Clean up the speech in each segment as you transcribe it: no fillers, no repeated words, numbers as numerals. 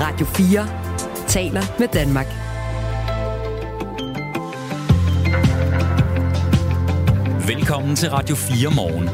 Radio 4 taler med Danmark. Velkommen til Radio 4 morgen.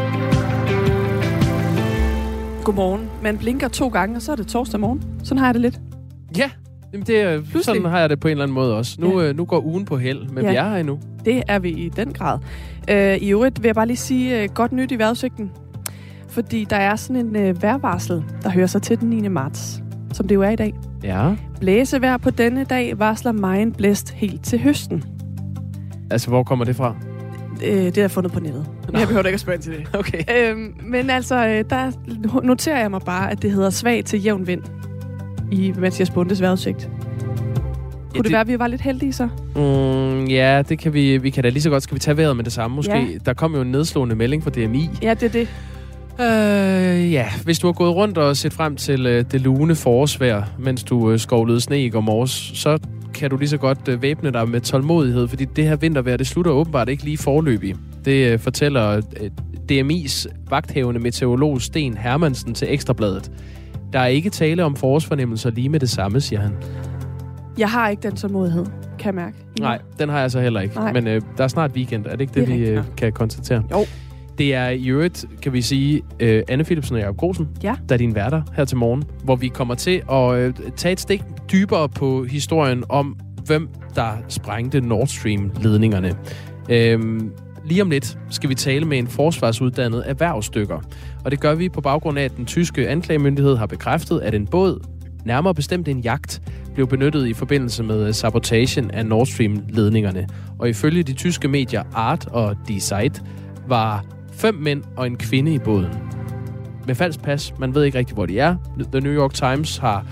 Godmorgen. Man blinker 2 gange, og så er det torsdag morgen. Sådan har jeg det lidt. Ja, sådan har jeg det på en eller anden måde også. Nu går ugen på held, men vi er her endnu. Det er vi i den grad. I øvrigt vil jeg bare lige sige godt nyt i vejrudsigten. Fordi der er sådan en vejrvarsel, der hører sig til den 9. marts, som det jo er i dag. Ja. Blæsevejr på denne dag varsler megen blæst helt til høsten. Altså, hvor kommer det fra? Det er fundet på nettet. Jeg behøver ikke at spørge til det. Okay. Men altså, der noterer jeg mig bare, at det hedder svag til jævn vind i Mathias Bundes vejrudsigt. Kunne det være, at vi var lidt heldige så? Ja, det kan vi kan da lige så godt. Skal vi tage vejret med det samme måske? Ja. Der kom jo en nedslående melding fra DMI. Ja, det er det. Hvis du har gået rundt og set frem til det lune forårsvejr, mens du skovlede sne i går morges, så kan du lige så godt væbne dig med tålmodighed, fordi det her vintervejr, det slutter åbenbart ikke lige forløbig. Det fortæller DMI's vagthavende meteorolog Sten Hermansen til Ekstrabladet. Der er ikke tale om forårsfornemmelser lige med det samme, siger han. Jeg har ikke den tålmodighed, kan jeg mærke. Nej, den har jeg så heller ikke. Nej. Men der er snart weekend, er det ikke det vi kan konstatere? Jo. Det er i øvrigt, kan vi sige, Anne Philipsen og Jacob Grosen, der er dine værter her til morgen, hvor vi kommer til at tage et stik dybere på historien om, hvem der sprængte Nord Stream-ledningerne. Lige om lidt skal vi tale med en forsvarsuddannet erhvervsdykker, og det gør vi på baggrund af, at den tyske anklagemyndighed har bekræftet, at en båd, nærmere bestemt en jagt, blev benyttet i forbindelse med sabotagen af Nord Stream-ledningerne. Og ifølge de tyske medier Art og Die Zeit var 5 mænd og en kvinde i båden. Med falsk pas. Man ved ikke rigtig, hvor de er. The New York Times har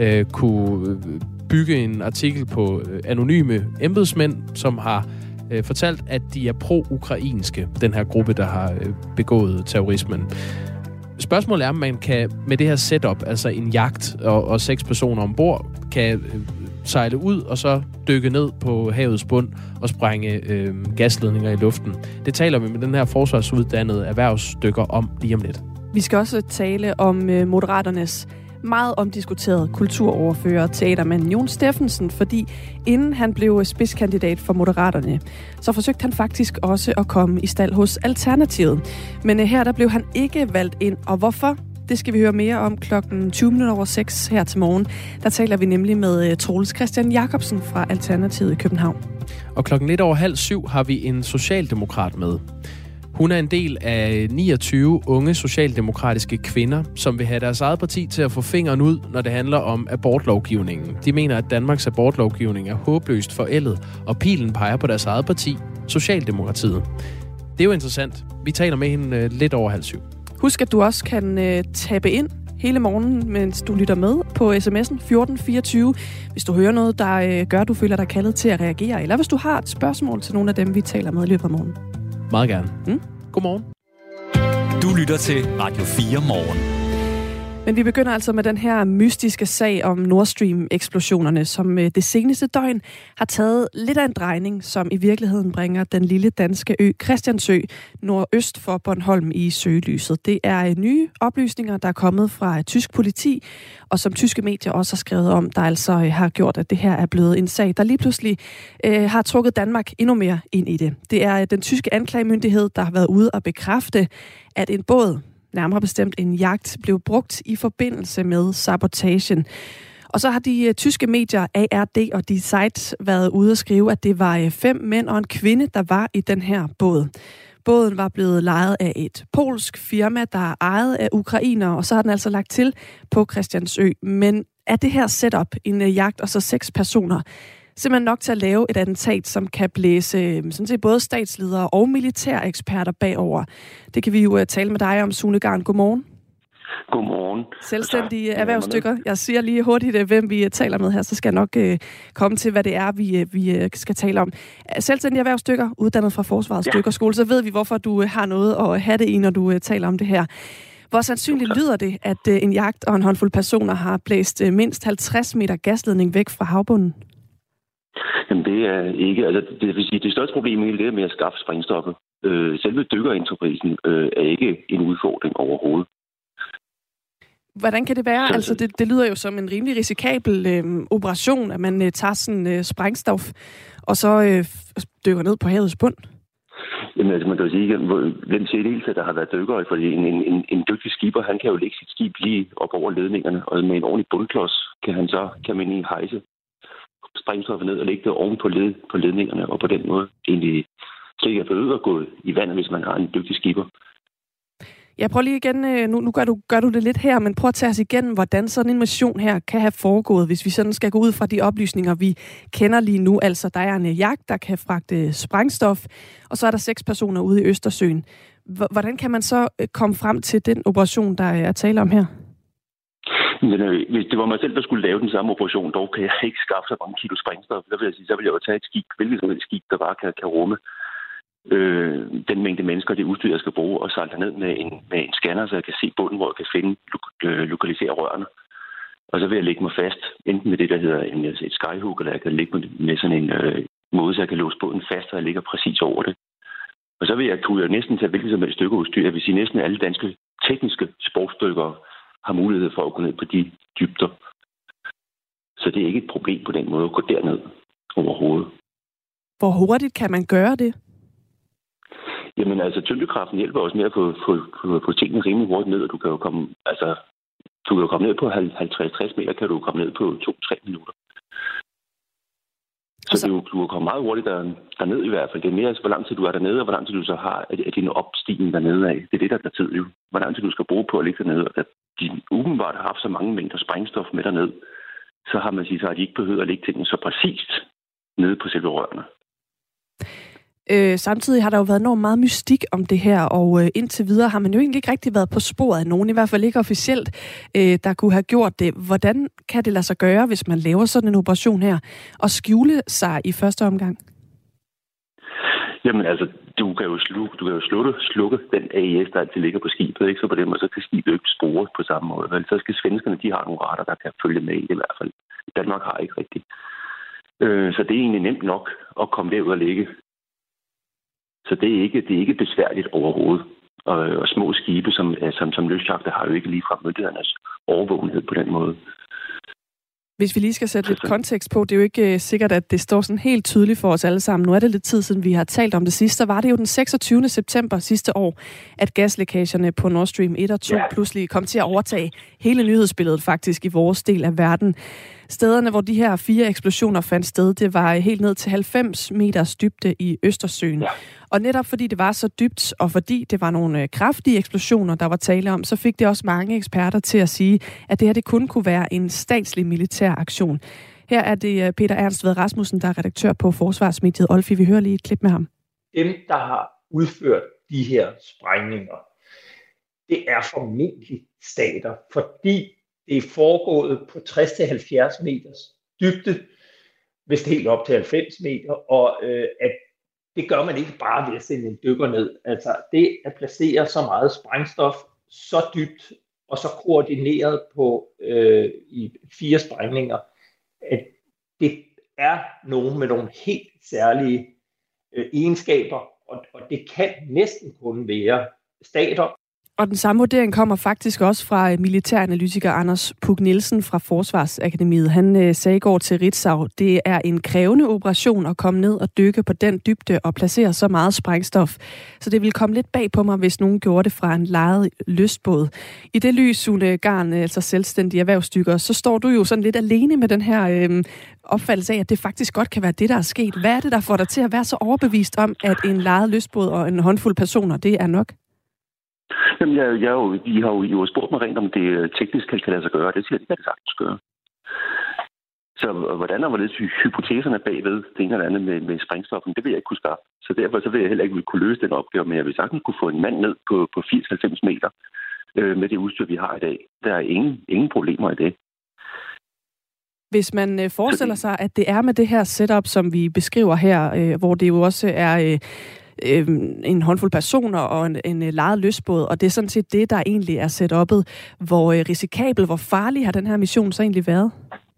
kunne bygge en artikel på anonyme embedsmænd, som har fortalt, at de er pro-ukrainske, den her gruppe, der har begået terrorismen. Spørgsmålet er, om man kan med det her setup, altså en jagt og 6 personer ombord, kan sejle ud og så dykke ned på havets bund og sprænge gasledninger i luften. Det taler vi med den her forsvarsuddannede erhvervsdykker om lige om lidt. Vi skal også tale om Moderaternes meget omdiskuterede kulturoverfører, teatermanden Jon Steffensen, fordi inden han blev spidskandidat for Moderaterne, så forsøgte han faktisk også at komme i stald hos Alternativet. Men her der blev han ikke valgt ind, og hvorfor? Det skal vi høre mere om klokken 6:20 her til morgen. Der taler vi nemlig med Troels Christian Jacobsen fra Alternativet i København. Og klokken 6:15 har vi en socialdemokrat med. Hun er en del af 29 unge socialdemokratiske kvinder, som vil have deres eget parti til at få fingeren ud, når det handler om abortlovgivningen. De mener, at Danmarks abortlovgivning er håbløst forældet, og pilen peger på deres eget parti, Socialdemokratiet. Det er jo interessant. Vi taler med hende lidt over 6:30. Husk, at du også kan tabe ind hele morgenen, mens du lytter med på sms'en 1424. Hvis du hører noget, der gør, at du føler dig kaldet til at reagere, eller hvis du har et spørgsmål til nogle af dem, vi taler med i løbet af morgenen. Meget gerne. Godmorgen. Du lytter til Radio 4 morgen. Men vi begynder altså med den her mystiske sag om Nord Stream-eksplosionerne, som det seneste døgn har taget lidt af en drejning, som i virkeligheden bringer den lille danske ø Christiansø nordøst for Bornholm i søgelyset. Det er nye oplysninger, der er kommet fra tysk politi, og som tyske medier også har skrevet om, der altså har gjort, at det her er blevet en sag, der lige pludselig har trukket Danmark endnu mere ind i det. Det er den tyske anklagemyndighed, der har været ude og bekræfte, at en båd, nærmere bestemt en jagt, blev brugt i forbindelse med sabotagen. Og så har de tyske medier ARD og Die Zeit været ude og skrive, at det var 5 mænd og en kvinde, der var i den her båd. Båden var blevet lejet af et polsk firma, der er ejet af ukrainere, og så har den altså lagt til på Christiansø. Men er det her setup, en jagt og så 6 personer, simpelthen nok til at lave et attentat, som kan blæse sådan set både statsledere og militære eksperter bagover? Det kan vi jo tale med dig om, Sune Garn. Godmorgen. Godmorgen. Selvstændige erhvervsdykker. Jeg siger lige hurtigt, hvem vi taler med her, så skal jeg nok komme til, hvad det er, vi skal tale om. Selvstændige erhvervsdykker, uddannet fra Forsvarets Dykkerskole, så ved vi, hvorfor du har noget at have det i, når du taler om det her. Hvor sandsynligt lyder det, at en jagt og en håndfuld personer har blæst mindst 50 meter gasledning væk fra havbunden? Jamen det er ikke, altså det vil sige, det største problem er det med at skaffe sprængstoffet. Selve dykkerentreprisen er ikke en udfordring overhovedet. Hvordan kan det være? Altså, det lyder jo som en rimelig risikabel operation, at man tager sådan sprængstof, og så dykker ned på havets bund. Jamen, altså, man kan jo sige, hvem siger det hele, der har været dykkere, fordi en dygtig skipper, han kan jo lægge sit skib lige op over ledningerne, og med en ordentlig bundklods kan man lige hejse sprængstoffet ned og lægge det oven på ledningerne, og på den måde egentlig slet ikke er forøget at gå i vandet, hvis man har en dygtig skipper. Jeg prøver lige igen, nu gør du det lidt her, men prøv at tage os igen, hvordan sådan en mission her kan have foregået, hvis vi sådan skal gå ud fra de oplysninger, vi kender lige nu. Altså, der er en jagt, der kan fragte sprængstof, og så er der 6 personer ude i Østersøen. Hvordan kan man så komme frem til den operation, der er tale om her? Men, hvis det var mig selv, der skulle lave den samme operation, dog kan jeg ikke skaffe så mange kilo sprængstof. Så vil jeg jo tage et skib, hvilket som helst skib, der bare kan rumme den mængde mennesker, det udstyr, jeg skal bruge, og sejle ned med en scanner, så jeg kan se bunden, hvor jeg kan finde, lokalisere rørene. Og så vil jeg lægge mig fast, enten med det, der hedder et skyhook, eller jeg kan lægge med sådan en måde, så jeg kan låse båden fast, så jeg ligger præcis over det. Og så vil jeg kunne næsten tage hvilket som helst stykkeudstyr. Jeg vil sige, næsten alle danske tekniske sportsdykkere har mulighed for at gå ned på de dybder. Så det er ikke et problem på den måde at gå derned overhovedet. Hvor hurtigt kan man gøre det? Jamen altså, tyngdekraften hjælper også med at få tingene rimelig hurtigt ned, og du kan jo komme ned på 50-60 meter, kan du komme ned på 2-3 minutter. Så du kan komme meget hurtigt derned i hvert fald. Det er mere, hvor lang tid du er dernede, og hvor lang tid du så har af din opstigning dernede af. Det er det, der tager tid jo. Hvor lang tid du skal bruge på at ligge dernede. Og de umiddelbart har haft så mange mængder sprængstof med derned, så har de ikke behøvet at lægge tingene så præcist nede på selve rørene. Samtidig har der jo været enormt meget mystik om det her, og indtil videre har man jo egentlig ikke rigtig været på sporet af nogen, i hvert fald ikke officielt, der kunne have gjort det. Hvordan kan det lade sig gøre, hvis man laver sådan en operation her, og skjule sig i første omgang? Jamen altså, du kan jo slukke den AES, der altid ligger på skibet, ikke? Så på den måde, så kan skibet ikke spore på samme måde. Vel? Så skal svenskerne, de har nogle radar, der kan følge med i hvert fald. Danmark har ikke rigtigt. Så det er egentlig nemt nok at komme derud og ligge. Så det er ikke besværligt overhovedet. Og små skibe, som lystjagter, har jo ikke ligefrem myndighedernes overvågenhed på den måde. Hvis vi lige skal sætte lidt kontekst på, det er jo ikke sikkert, at det står sådan helt tydeligt for os alle sammen. Nu er det lidt tid siden, vi har talt om det sidst. Så var det jo den 26. september sidste år, at gaslækagerne på Nord Stream 1 og 2 pludselig kom til at overtage hele nyhedsbilledet faktisk i vores del af verden. Stederne, hvor de her 4 eksplosioner fandt sted, det var helt ned til 90 meters dybde i Østersøen. Ja. Og netop fordi det var så dybt, og fordi det var nogle kraftige eksplosioner, der var tale om, så fik det også mange eksperter til at sige, at det her det kun kunne være en statslig militær aktion. Her er det Peter Ernst Ved Rasmussen, der er redaktør på forsvarsmediet Olfi. Vi hører lige et klip med ham. Dem, der har udført de her sprængninger, det er formentlig stater, fordi det er foregået på 60-70 meters dybde, hvis det helt op til 90 meter, og at det gør man ikke bare ved at sende en dykker ned. Altså det at placere så meget sprængstof så dybt og så koordineret på i 4 sprængninger, at det er nogen med nogle helt særlige egenskaber, og det kan næsten kun være stater. Og den samme vurdering kommer faktisk også fra militæranalytiker Anders Puk Nielsen fra Forsvarsakademiet. Han sagde i går til Ritzau, det er en krævende operation at komme ned og dykke på den dybde og placere så meget sprængstof. Så det ville komme lidt bag på mig, hvis nogen gjorde det fra en lejet lystbåd. I det lys, Sune Garn, altså selvstændig erhvervsdykker, så står du jo sådan lidt alene med den her opfattelse af, at det faktisk godt kan være det, der er sket. Hvad er det, der får dig til at være så overbevist om, at en lejet lystbåd og en håndfuld personer, det er nok? Jamen, I har jo spurgt mig rent, om det teknisk kan lade sig gøre. Det siger, det sagtens gøre. Så hvordan og hvorledes hypoteserne bagved det ene eller andet med sprængstoffen, det vil jeg ikke kunne skaffe. Så derfor så vil jeg heller ikke kunne løse den opgave, men jeg vil sagtens kunne få en mand ned på 80-90 meter med det udstyr, vi har i dag. Der er ingen problemer i det. Hvis man forestiller sig, at det er med det her setup, som vi beskriver her, hvor det jo også er en håndfuld personer og en lejet lystbåd, og det er sådan set det, der egentlig er setup'et. Hvor risikabel, hvor farlig har den her mission så egentlig været?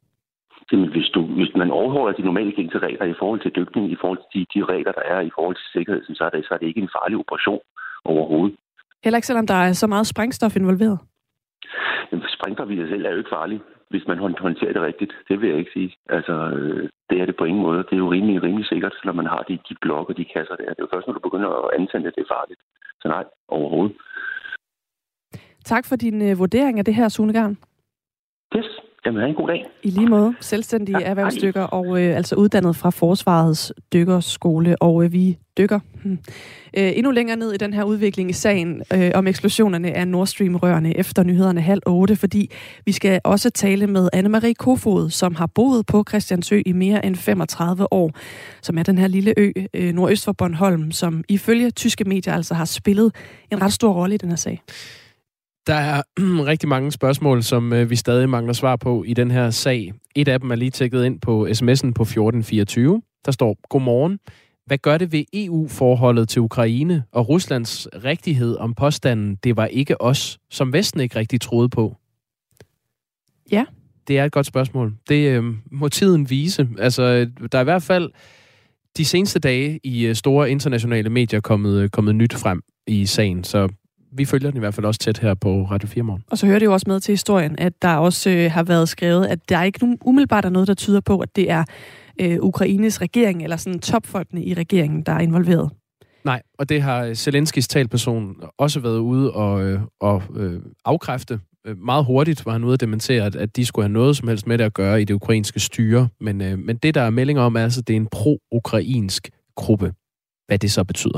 Hvis man overholder de normale gængse regler i forhold til dykning, i forhold til de regler, der er i forhold til sikkerhed, så er det ikke en farlig operation overhovedet. Heller ikke selvom der er så meget sprængstof involveret? sprængkraft i sig selv er jo ikke farlig, hvis man håndterer det rigtigt. Det vil jeg ikke sige. Altså, det er det på ingen måde. Det er jo rimelig sikkert, når man har de blok og de kasser der. Det er jo først, når du begynder at antænde det, det er farligt. Så nej, overhovedet. Tak for din vurdering af det her, Sune Garn. Yes. Jamen, have en god dag. I lige måde. Selvstændige erhvervsdykker og altså uddannet fra Forsvarets dykkerskole. Og vi dykker endnu længere ned i den her udvikling i sagen om eksplosionerne af Nord Stream-rørene efter nyhederne 7:30, fordi vi skal også tale med Anne-Marie Kofod, som har boet på Christiansø i mere end 35 år, som er den her lille ø nordøst for Bornholm, som ifølge tyske medier altså har spillet en ret stor rolle i den her sag. Der er rigtig mange spørgsmål, som vi stadig mangler svar på i den her sag. Et af dem er lige tækket ind på sms'en på 1424. Der står, godmorgen. Hvad gør det ved EU-forholdet til Ukraine og Ruslands rigtighed om påstanden, det var ikke os, som Vesten ikke rigtig troede på? Ja. Det er et godt spørgsmål. Det må tiden vise. Altså, der er i hvert fald de seneste dage i store internationale medier kommet nyt frem i sagen, så vi følger den i hvert fald også tæt her på Radio 4 Morgen. Og så hører det jo også med til historien, at der også har været skrevet, at der ikke umiddelbart er noget, der tyder på, at det er Ukraines regering, eller sådan topfolkene i regeringen, der er involveret. Nej, og det har Zelenskis talperson også været ude og afkræfte. Meget hurtigt var han ude at dementere, at de skulle have noget som helst med det at gøre i det ukrainske styre. Men det, der er meldinger om, er altså, at det er en pro-ukrainsk gruppe. Hvad det så betyder.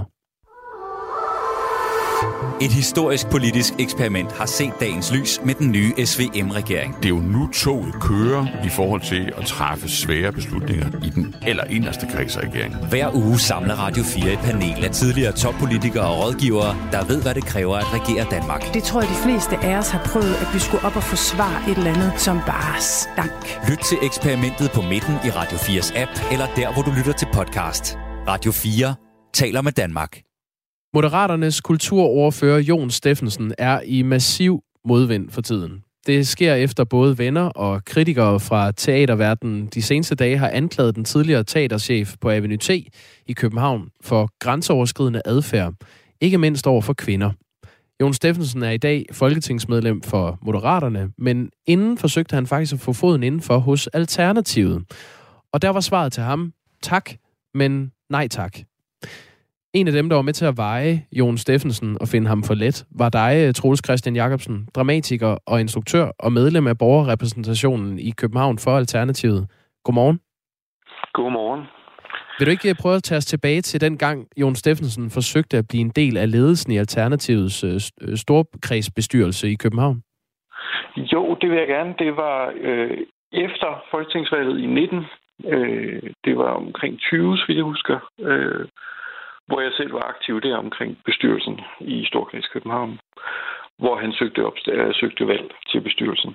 Et historisk politisk eksperiment har set dagens lys med den nye SVM-regering. Det er jo nu toget kører i forhold til at træffe svære beslutninger i den allerinderste kreds af regeringen. Hver uge samler Radio 4 et panel af tidligere toppolitikere og rådgivere, der ved, hvad det kræver at regere Danmark. Det tror jeg, de fleste af os har prøvet, at vi skulle op og forsvare et eller andet, som bare stank. Lyt til eksperimentet på midten i Radio 4's app, eller der, hvor du lytter til podcast. Radio 4 taler med Danmark. Moderaternes kulturordfører Jon Steffensen er i massiv modvind for tiden. Det sker efter både venner og kritikere fra teaterverdenen de seneste dage har anklaget den tidligere teaterchef på Avenue T i København for grænseoverskridende adfærd, ikke mindst over for kvinder. Jon Steffensen er i dag folketingsmedlem for Moderaterne, men inden forsøgte han faktisk at få foden indenfor hos Alternativet. Og der var svaret til ham, tak, men nej tak. En af dem, der var med til at veje Jon Steffensen og finde ham for let, var dig, Troels Christian Jacobsen, dramatiker og instruktør og medlem af borgerrepræsentationen i København for Alternativet. Godmorgen. Godmorgen. Vil du ikke prøve at tage os tilbage til den gang, Jon Steffensen forsøgte at blive en del af ledelsen i Alternativets storkredsbestyrelse i København? Jo, det vil jeg gerne. Det var efter folketingsvalget i 19. Det var omkring 20, hvis jeg husker. Hvor jeg selv var aktiv der omkring bestyrelsen i Storkreds København, hvor han søgte valg til bestyrelsen.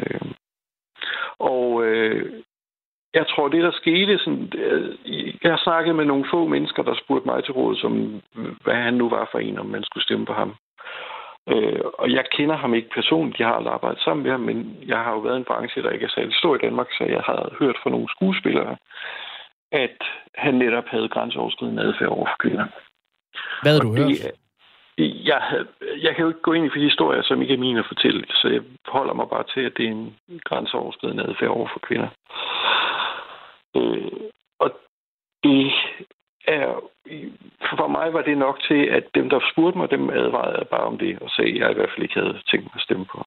Jeg tror, det der skete, sådan, jeg har snakket med nogle få mennesker, der spurgte mig til råd, som hvad han nu var for en, om man skulle stemme på ham. Og jeg kender ham ikke personligt, jeg har aldrig arbejdet sammen med ham, men jeg har jo været i en branche, der ikke er særlig stor i Danmark, så jeg har hørt fra nogle skuespillere, at han netop havde grænseoverskridende adfærd over for kvinder. Hvad har du hørt? Jeg kan jo ikke gå ind i historier, som ikke er mine at fortælle, så jeg holder mig bare til, at det er en grænseoverskridende adfærd over for kvinder. Og det er... For mig var det nok til, at dem, der spurgte mig, dem advarede jeg bare om det, og sagde, at jeg i hvert fald ikke havde tænkt mig at stemme på.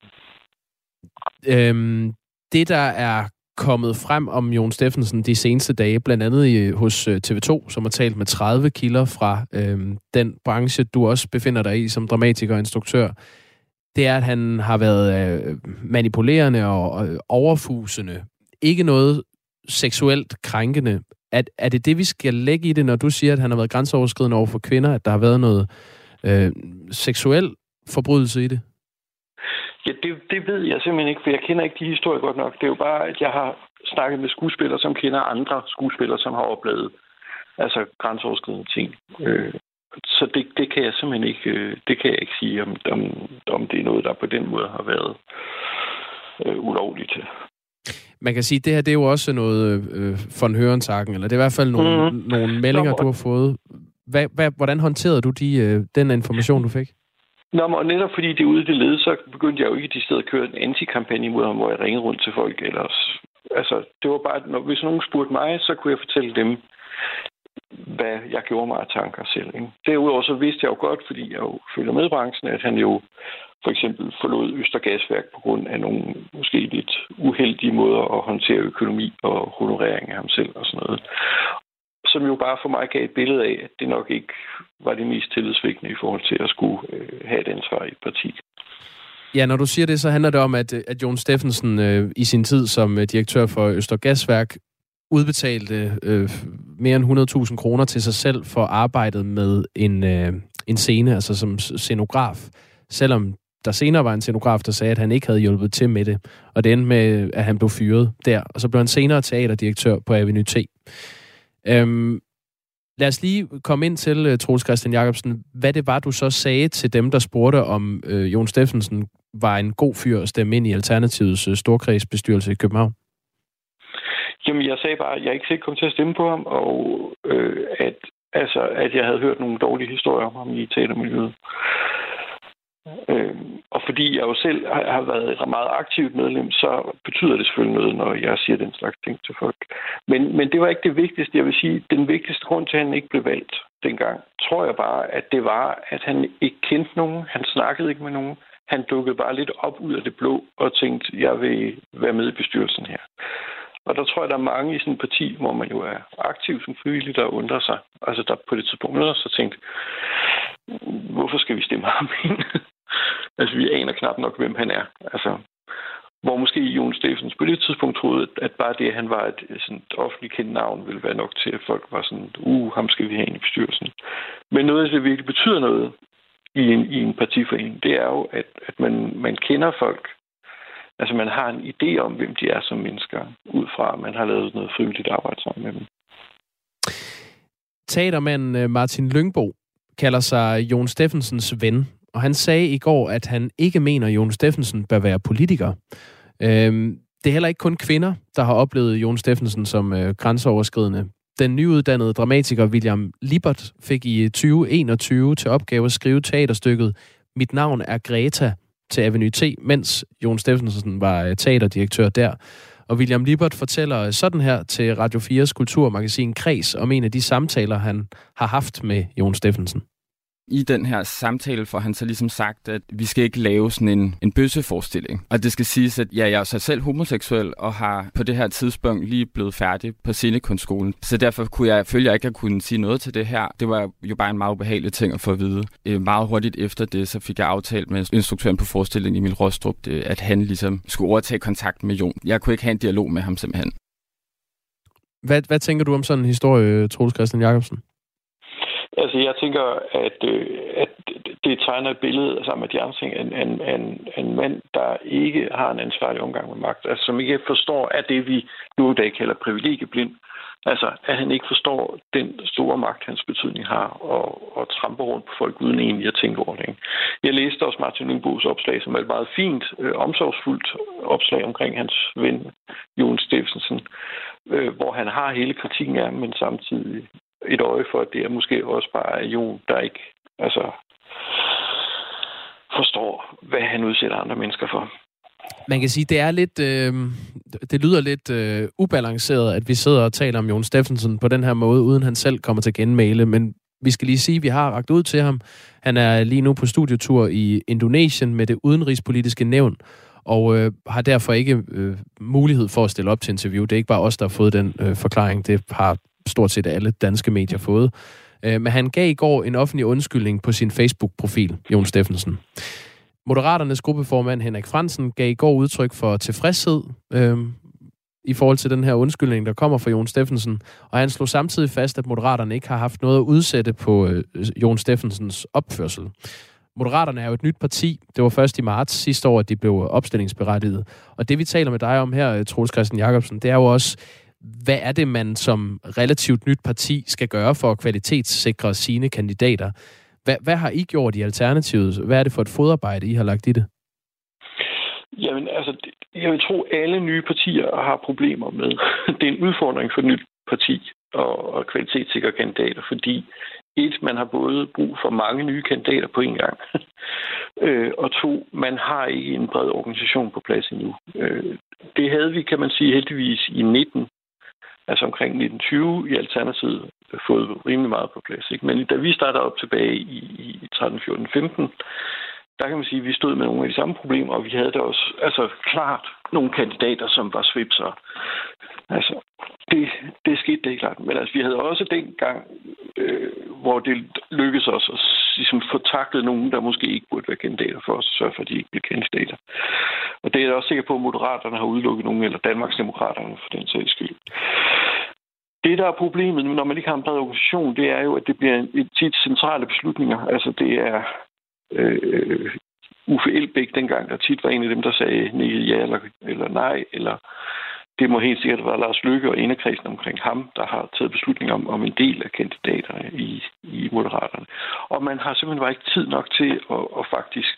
Det, der er kommet frem om Jon Steffensen de seneste dage, blandt andet hos TV2, som har talt med 30 kilder fra den branche, du også befinder dig i som dramatiker og instruktør, det er, at han har været manipulerende og overfusende. Ikke noget seksuelt krænkende. Er det det, vi skal lægge i det, når du siger, at han har været grænseoverskridende over for kvinder, at der har været noget seksuel forbrydelse i det? Ja, det ved jeg simpelthen ikke, for jeg kender ikke de historier godt nok. Det er jo bare, at jeg har snakket med skuespillere, som kender andre skuespillere, som har oplevet altså grænseoverskridende ting. Så det kan jeg simpelthen ikke, det kan jeg ikke sige, om det er noget, der på den måde har været ulovligt. Man kan sige, at det her det er jo også noget von Hørensagen, eller det er i hvert fald nogle meldinger, du har fået. Hvordan håndterede du den information, du fik? Og netop fordi det er ude i det led, så begyndte jeg jo ikke i de steder at køre en antikampagne mod ham, hvor jeg ringede rundt til folk ellers. Altså, det var bare, hvis nogen spurgte mig, så kunne jeg fortælle dem, hvad jeg gjorde mig af tanker selv. Ikke? Derudover så vidste jeg jo godt, fordi jeg jo følger med i branchen, at han jo for eksempel forlod Østergasværk på grund af nogle måske lidt uheldige måder at håndtere økonomi og honorering af ham selv og sådan noget. Som jo bare for mig gav et billede af, at det nok ikke var det mest tillidsvækkende i forhold til at skulle have et ansvar i et parti. Ja, når du siger det, så handler det om, at Jon Steffensen i sin tid som direktør for Østergasværk udbetalte mere end 100.000 kroner til sig selv for arbejdet med en scene, altså som scenograf. Selvom der senere var en scenograf, der sagde, at han ikke havde hjulpet til med det. Og det endte med, at han blev fyret der. Og så blev han senere teaterdirektør på Avenue T. Lad os lige komme ind til, Troels Christian Jacobsen, hvad det var, du så sagde til dem, der spurgte, om Jon Steffensen var en god fyr at stemme ind i Alternativets storkredsbestyrelse i København. Jamen, jeg sagde bare, at jeg ikke selv kom til at stemme på ham, og at jeg havde hørt nogle dårlige historier om ham i teatermiljøet. Og fordi jeg jo selv har været et meget aktivt medlem, så betyder det selvfølgelig noget, når jeg siger den slags ting til folk. Men det var ikke det vigtigste. Jeg vil sige, den vigtigste grund til, at han ikke blev valgt dengang, tror jeg bare, at det var, at han ikke kendte nogen. Han snakkede ikke med nogen. Han dukkede bare lidt op ud af det blå og tænkte, jeg vil være med i bestyrelsen her. Og der tror jeg, der er mange i sådan et parti, hvor man jo er aktiv som frivillig, der undrer sig. Altså der på det tidspunkt undrer sig og tænkte, hvorfor skal vi stemme ham ind? Altså, vi aner knap nok, hvem han er. Altså, hvor måske Jon Steffensen på det tidspunkt troede, at bare det, at han var et sådan offentligt kendt navn, ville være nok til, at folk var sådan, ham skal vi have ind i bestyrelsen. Men noget, der virkelig betyder noget i en partiforening, det er jo, at man kender folk. Altså, man har en idé om, hvem de er som mennesker, ud fra, at man har lavet noget frivilligt arbejde sammen med dem. Teatermanden Martin Lyngbo kalder sig Jon Steffensens ven. Og han sagde i går, at han ikke mener, at Jon Steffensen bør være politiker. Det er heller ikke kun kvinder, der har oplevet Jon Steffensen som grænseoverskridende. Den nyuddannede dramatiker William Lippert fik i 2021 til opgave at skrive teaterstykket Mit navn er Greta til Avenue T, mens Jon Steffensen var teaterdirektør der. Og William Lippert fortæller sådan her til Radio 4's kulturmagasin Kreds om en af de samtaler, han har haft med Jon Steffensen. I den her samtale får han så ligesom sagt, at vi skal ikke lave sådan en bøsseforestilling. Og det skal siges, at jeg er så selv homoseksuel og har på det her tidspunkt lige blevet færdig på scenekunstskolen. Så derfor følte jeg ikke at kunne sige noget til det her. Det var jo bare en meget ubehagelig ting at få at vide. Meget hurtigt efter det, så fik jeg aftalt med instruktøren på forestillingen Emil Rostrup, at han ligesom skulle overtage kontakt med Jon. Jeg kunne ikke have en dialog med ham simpelthen. Hvad tænker du om sådan en historie, Troels Christian Jacobsen? Altså, jeg tænker, at det tegner et billede sammen med de andre ting, en mand, der ikke har en ansvarlig omgang med magt, altså som ikke forstår, at det vi nu i dag kalder privilegieblind, altså at han ikke forstår den store magt, hans betydning har, og tramper rundt på folk uden egentlig at tænke over det. Jeg læste også Martin Lyngbos opslag, som er et meget fint, omsorgsfuldt opslag omkring hans ven, Jon Steffensen, hvor han har hele kritikken af, men samtidig et øje for, at det er måske også bare Jon, der ikke forstår, hvad han udsætter andre mennesker for. Man kan sige, det er lidt, det lyder lidt ubalanceret, at vi sidder og taler om Jon Steffensen på den her måde, uden han selv kommer til genmæle, men vi skal lige sige, at vi har rakt ud til ham. Han er lige nu på studietur i Indonesien med det udenrigspolitiske nævn, og har derfor ikke mulighed for at stille op til interview. Det er ikke bare os, der har fået den forklaring. Det har stort set alle danske medier fået. Men han gav i går en offentlig undskyldning på sin Facebook-profil, Jon Steffensen. Moderaternes gruppeformand Henrik Frandsen gav i går udtryk for tilfredshed i forhold til den her undskyldning, der kommer fra Jon Steffensen, og han slog samtidig fast, at Moderaterne ikke har haft noget at udsætte på Jon Steffensens opførsel. Moderaterne er jo et nyt parti. Det var først i marts sidste år, at de blev opstillingsberettiget. Og det, vi taler med dig om her, Troels Christian Jacobsen, det er jo også, hvad er det, man som relativt nyt parti skal gøre for at kvalitetssikre sine kandidater? Hvad har I gjort i Alternativet? Hvad er det for et fodarbejde, I har lagt i det? Jamen, altså, jeg vil tro, at alle nye partier har problemer med. Det er en udfordring for et nyt parti at kvalitetssikre kandidater, fordi man har både brug for mange nye kandidater på en gang, og 2, man har ikke en bred organisation på plads endnu. Det havde vi, kan man sige, heldigvis i 19, altså omkring 1920 i Alternativet, fået rimelig meget på plads. Ikke? Men da vi startede op tilbage i 13, 14, 15, der kan man sige, at vi stod med nogle af de samme problemer, og vi havde da også klart nogle kandidater, som var svipser. Altså, det skete det klart. Men vi havde også dengang, hvor det lykkedes os at ligesom, få taklet nogen, der måske ikke burde være kandidater for os, og sørge for, at de ikke blev kandidater. Og det er jeg også sikker på, at Moderaterne har udelukket nogen, eller Danmarksdemokraterne for den sags skyld. Det, der er problemet, når man ikke har en bred organisation, det er jo, at det bliver tit centrale beslutninger. Altså, det er Uffe Elbæk dengang, der tit var en af dem, der sagde ja eller nej, eller det må helt sikkert være Lars Løkke og inderkredsen omkring ham, der har taget beslutninger om en del af kandidaterne i Moderaterne. Og man har simpelthen bare ikke tid nok til at faktisk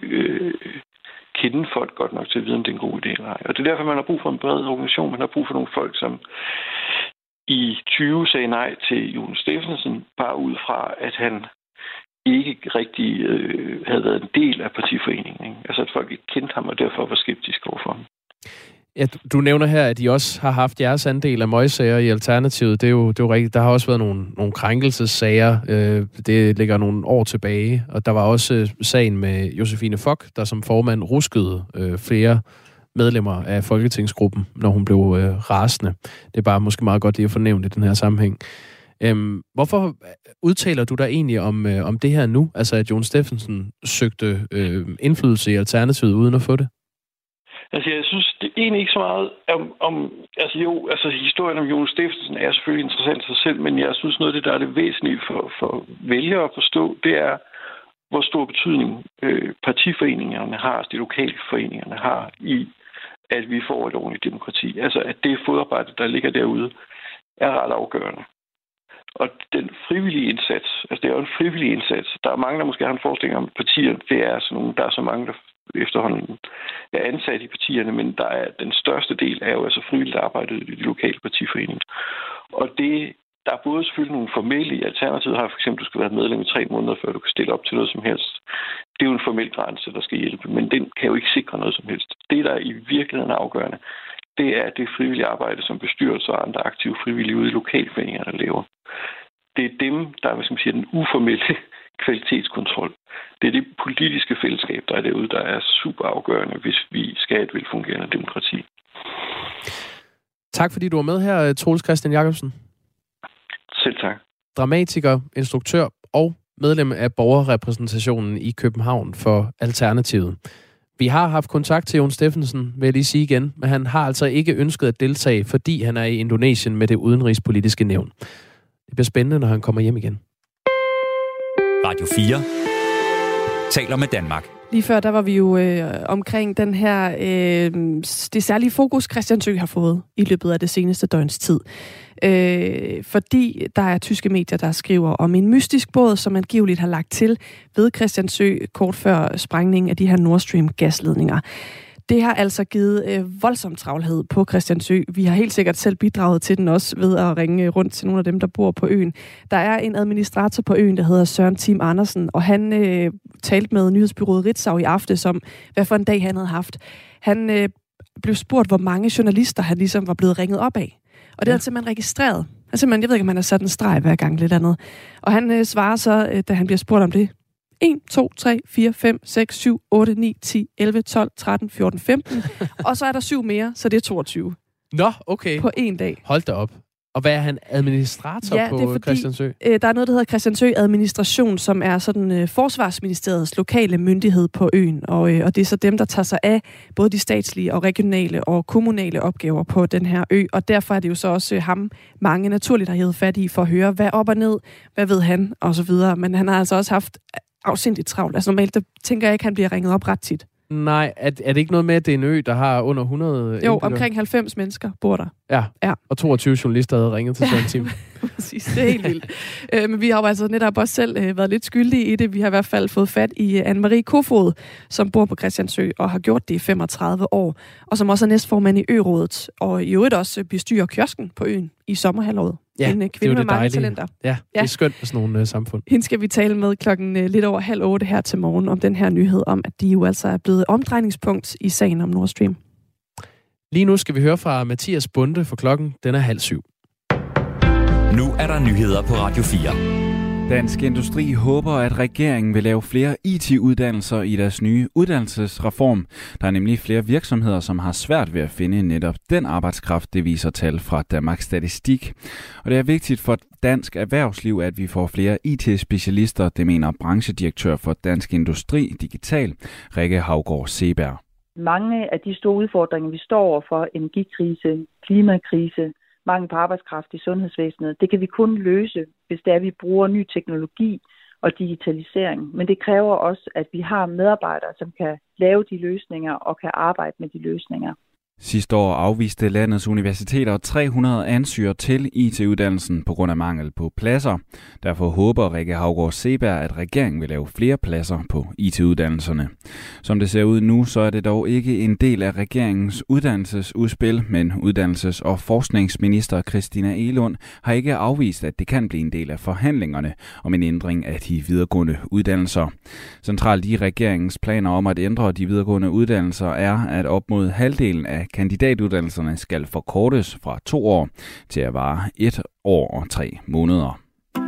kende folk godt nok til at vide, om det er en god idé eller ej. Og det er derfor, man har brug for en bred organisation. Man har brug for nogle folk, som i 20 sagde nej til Jon Steffensen, bare ud fra, at han ikke rigtig havde været en del af partiforeningen. Ikke? Altså, at folk ikke kendte ham, og derfor var skeptiske overfor ham. Ja, du nævner her, at I også har haft jeres andel af møgsager i Alternativet. Det er jo rigtigt. Der har også været nogle krænkelsessager. Det ligger nogle år tilbage. Og der var også sagen med Josefine Fock, der som formand ruskede flere medlemmer af folketingsgruppen, når hun blev rasende. Det er bare måske meget godt lige at fornævne i den her sammenhæng. Hvorfor udtaler du dig egentlig om det her nu? Altså, at Jon Steffensen søgte indflydelse i Alternativet uden at få det? Altså, jeg synes det egentlig ikke så meget om historien om Jon Steffensen er selvfølgelig interessant i sig selv, men jeg synes noget af det, der er det væsentlige for vælgere at forstå, det er, hvor stor betydning partiforeningerne har, de lokale foreningerne har i, at vi får et ordentligt demokrati. Altså, at det fodarbejde, der ligger derude, er ret afgørende. Og den frivillige indsats, altså det er jo en frivillig indsats. Der er mange, der måske har en forestilling om partier. Det er sådan nogle, der er så mange, der efterhånden er ansat i partierne, men der er den største del er jo altså frivilligt arbejdet i de lokale partiforeninger. Og der er både selvfølgelig nogle formelle i Alternativet, har for eksempel, du skal være medlem i 3 måneder, før du kan stille op til noget som helst. Det er jo en formel grænse, der skal hjælpe, men den kan jo ikke sikre noget som helst. Det, der i virkeligheden er afgørende, det er det frivillige arbejde, som bestyrelser og andre aktive frivillige ude i lokalforeningerne laver. Det er dem, der er, den uformelle kvalitetskontrol. Det er det politiske fællesskab, der er derude, der er super afgørende, hvis vi skal have et velfungerende demokrati. Tak fordi du var med her, Troels Christian Jacobsen. Selv tak. Dramatiker, instruktør og medlem af borgerrepræsentationen i København for Alternativet. Vi har haft kontakt til Jon Steffensen, vil jeg lige sige igen, men han har altså ikke ønsket at deltage, fordi han er i Indonesien med det udenrigspolitiske nævn. Det bliver spændende, når han kommer hjem igen. Radio 4 taler med Danmark. Lige før, der var vi jo omkring den her, det særlige fokus, Christiansø har fået i løbet af det seneste døgns tid. Fordi der er tyske medier, der skriver om en mystisk båd, som angiveligt har lagt til ved Christiansø kort før sprængningen af de her Nord Stream gasledninger. Det har altså givet voldsom travlhed på Christiansø. Vi har helt sikkert selv bidraget til den også ved at ringe rundt til nogle af dem, der bor på øen. Der er en administrator på øen, der hedder Søren Tim Andersen, og han talte med nyhedsbureauet Ritzau i aftes om, hvad for en dag han havde haft. Han blev spurgt, hvor mange journalister han ligesom var blevet ringet op af. Og det er simpelthen registreret. Jeg ved ikke, om han har sat en streg hver gang lidt andet. Og han svarer så, da han bliver spurgt om det, 1, 2, 3, 4, 5, 6, 7, 8, 9, 10, 11, 12, 13, 14, 15. Og så er der 7 mere, så det er 22. Nå, okay. På en dag. Hold da op. Og hvad er han administrator på det er fordi, Christiansø? Der er noget, der hedder Christiansø Administration, som er sådan Forsvarsministeriets lokale myndighed på øen. Og det er så dem, der tager sig af både de statslige og regionale og kommunale opgaver på den her ø. Og derfor er det jo så også ham, mange naturligt har hævet fat i for at høre, hvad op og ned, hvad ved han, og så videre. Men han har altså også haft afsindigt travlt. Altså normalt, der tænker jeg ikke, han bliver ringet op ret tit. Nej, er det ikke noget med, at det er en ø, der har under 100 Jo, omkring 90 mennesker bor der. Ja. Og 22 journalister havde ringet til Søren Tim. præcis. Det er helt vildt. Men vi har jo altså netop også selv været lidt skyldige i det. Vi har i hvert fald fået fat i Anne-Marie Kofod, som bor på Christiansø og har gjort det i 35 år, og som også er næstformand i Ø-rådet, og i øvrigt også bestyrer kiosken på øen i sommerhalvåret. Ja, en kvinde med mange talenter. Ja, det er skønt for sådan nogle samfund. Hende skal vi tale med klokken lidt over 7:30 her til morgen om den her nyhed om, at de jo altså er blevet omdrejningspunkt i sagen om Nord Stream. Lige nu skal vi høre fra Mathias Bunde, for klokken den er 6:30. Nu er der nyheder på Radio 4. Dansk Industri håber, at regeringen vil lave flere IT-uddannelser i deres nye uddannelsesreform. Der er nemlig flere virksomheder, som har svært ved at finde netop den arbejdskraft, det viser tal fra Danmarks Statistik. Og det er vigtigt for dansk erhvervsliv, at vi får flere IT-specialister, det mener branchedirektør for Dansk Industri Digital, Rikke Haugaard Seberg. Mange af de store udfordringer, vi står overfor, energikrise, klimakrise, mangel på arbejdskraft i sundhedsvæsenet, det kan vi kun løse, hvis det er, at vi bruger ny teknologi og digitalisering. Men det kræver også, at vi har medarbejdere, som kan lave de løsninger og kan arbejde med de løsninger. Sidste år afviste landets universiteter 300 ansøgere til IT-uddannelsen på grund af mangel på pladser. Derfor håber Rikke Haugaard Seberg, at regeringen vil lave flere pladser på IT-uddannelserne. Som det ser ud nu, så er det dog ikke en del af regeringens uddannelsesudspil, men uddannelses- og forskningsminister Christina Egelund har ikke afvist, at det kan blive en del af forhandlingerne om en ændring af de videregående uddannelser. Centralt i regeringens planer om at ændre de videregående uddannelser er, at op mod halvdelen af kandidatuddannelserne skal forkortes fra 2 år til at vare 1 år og 3 måneder.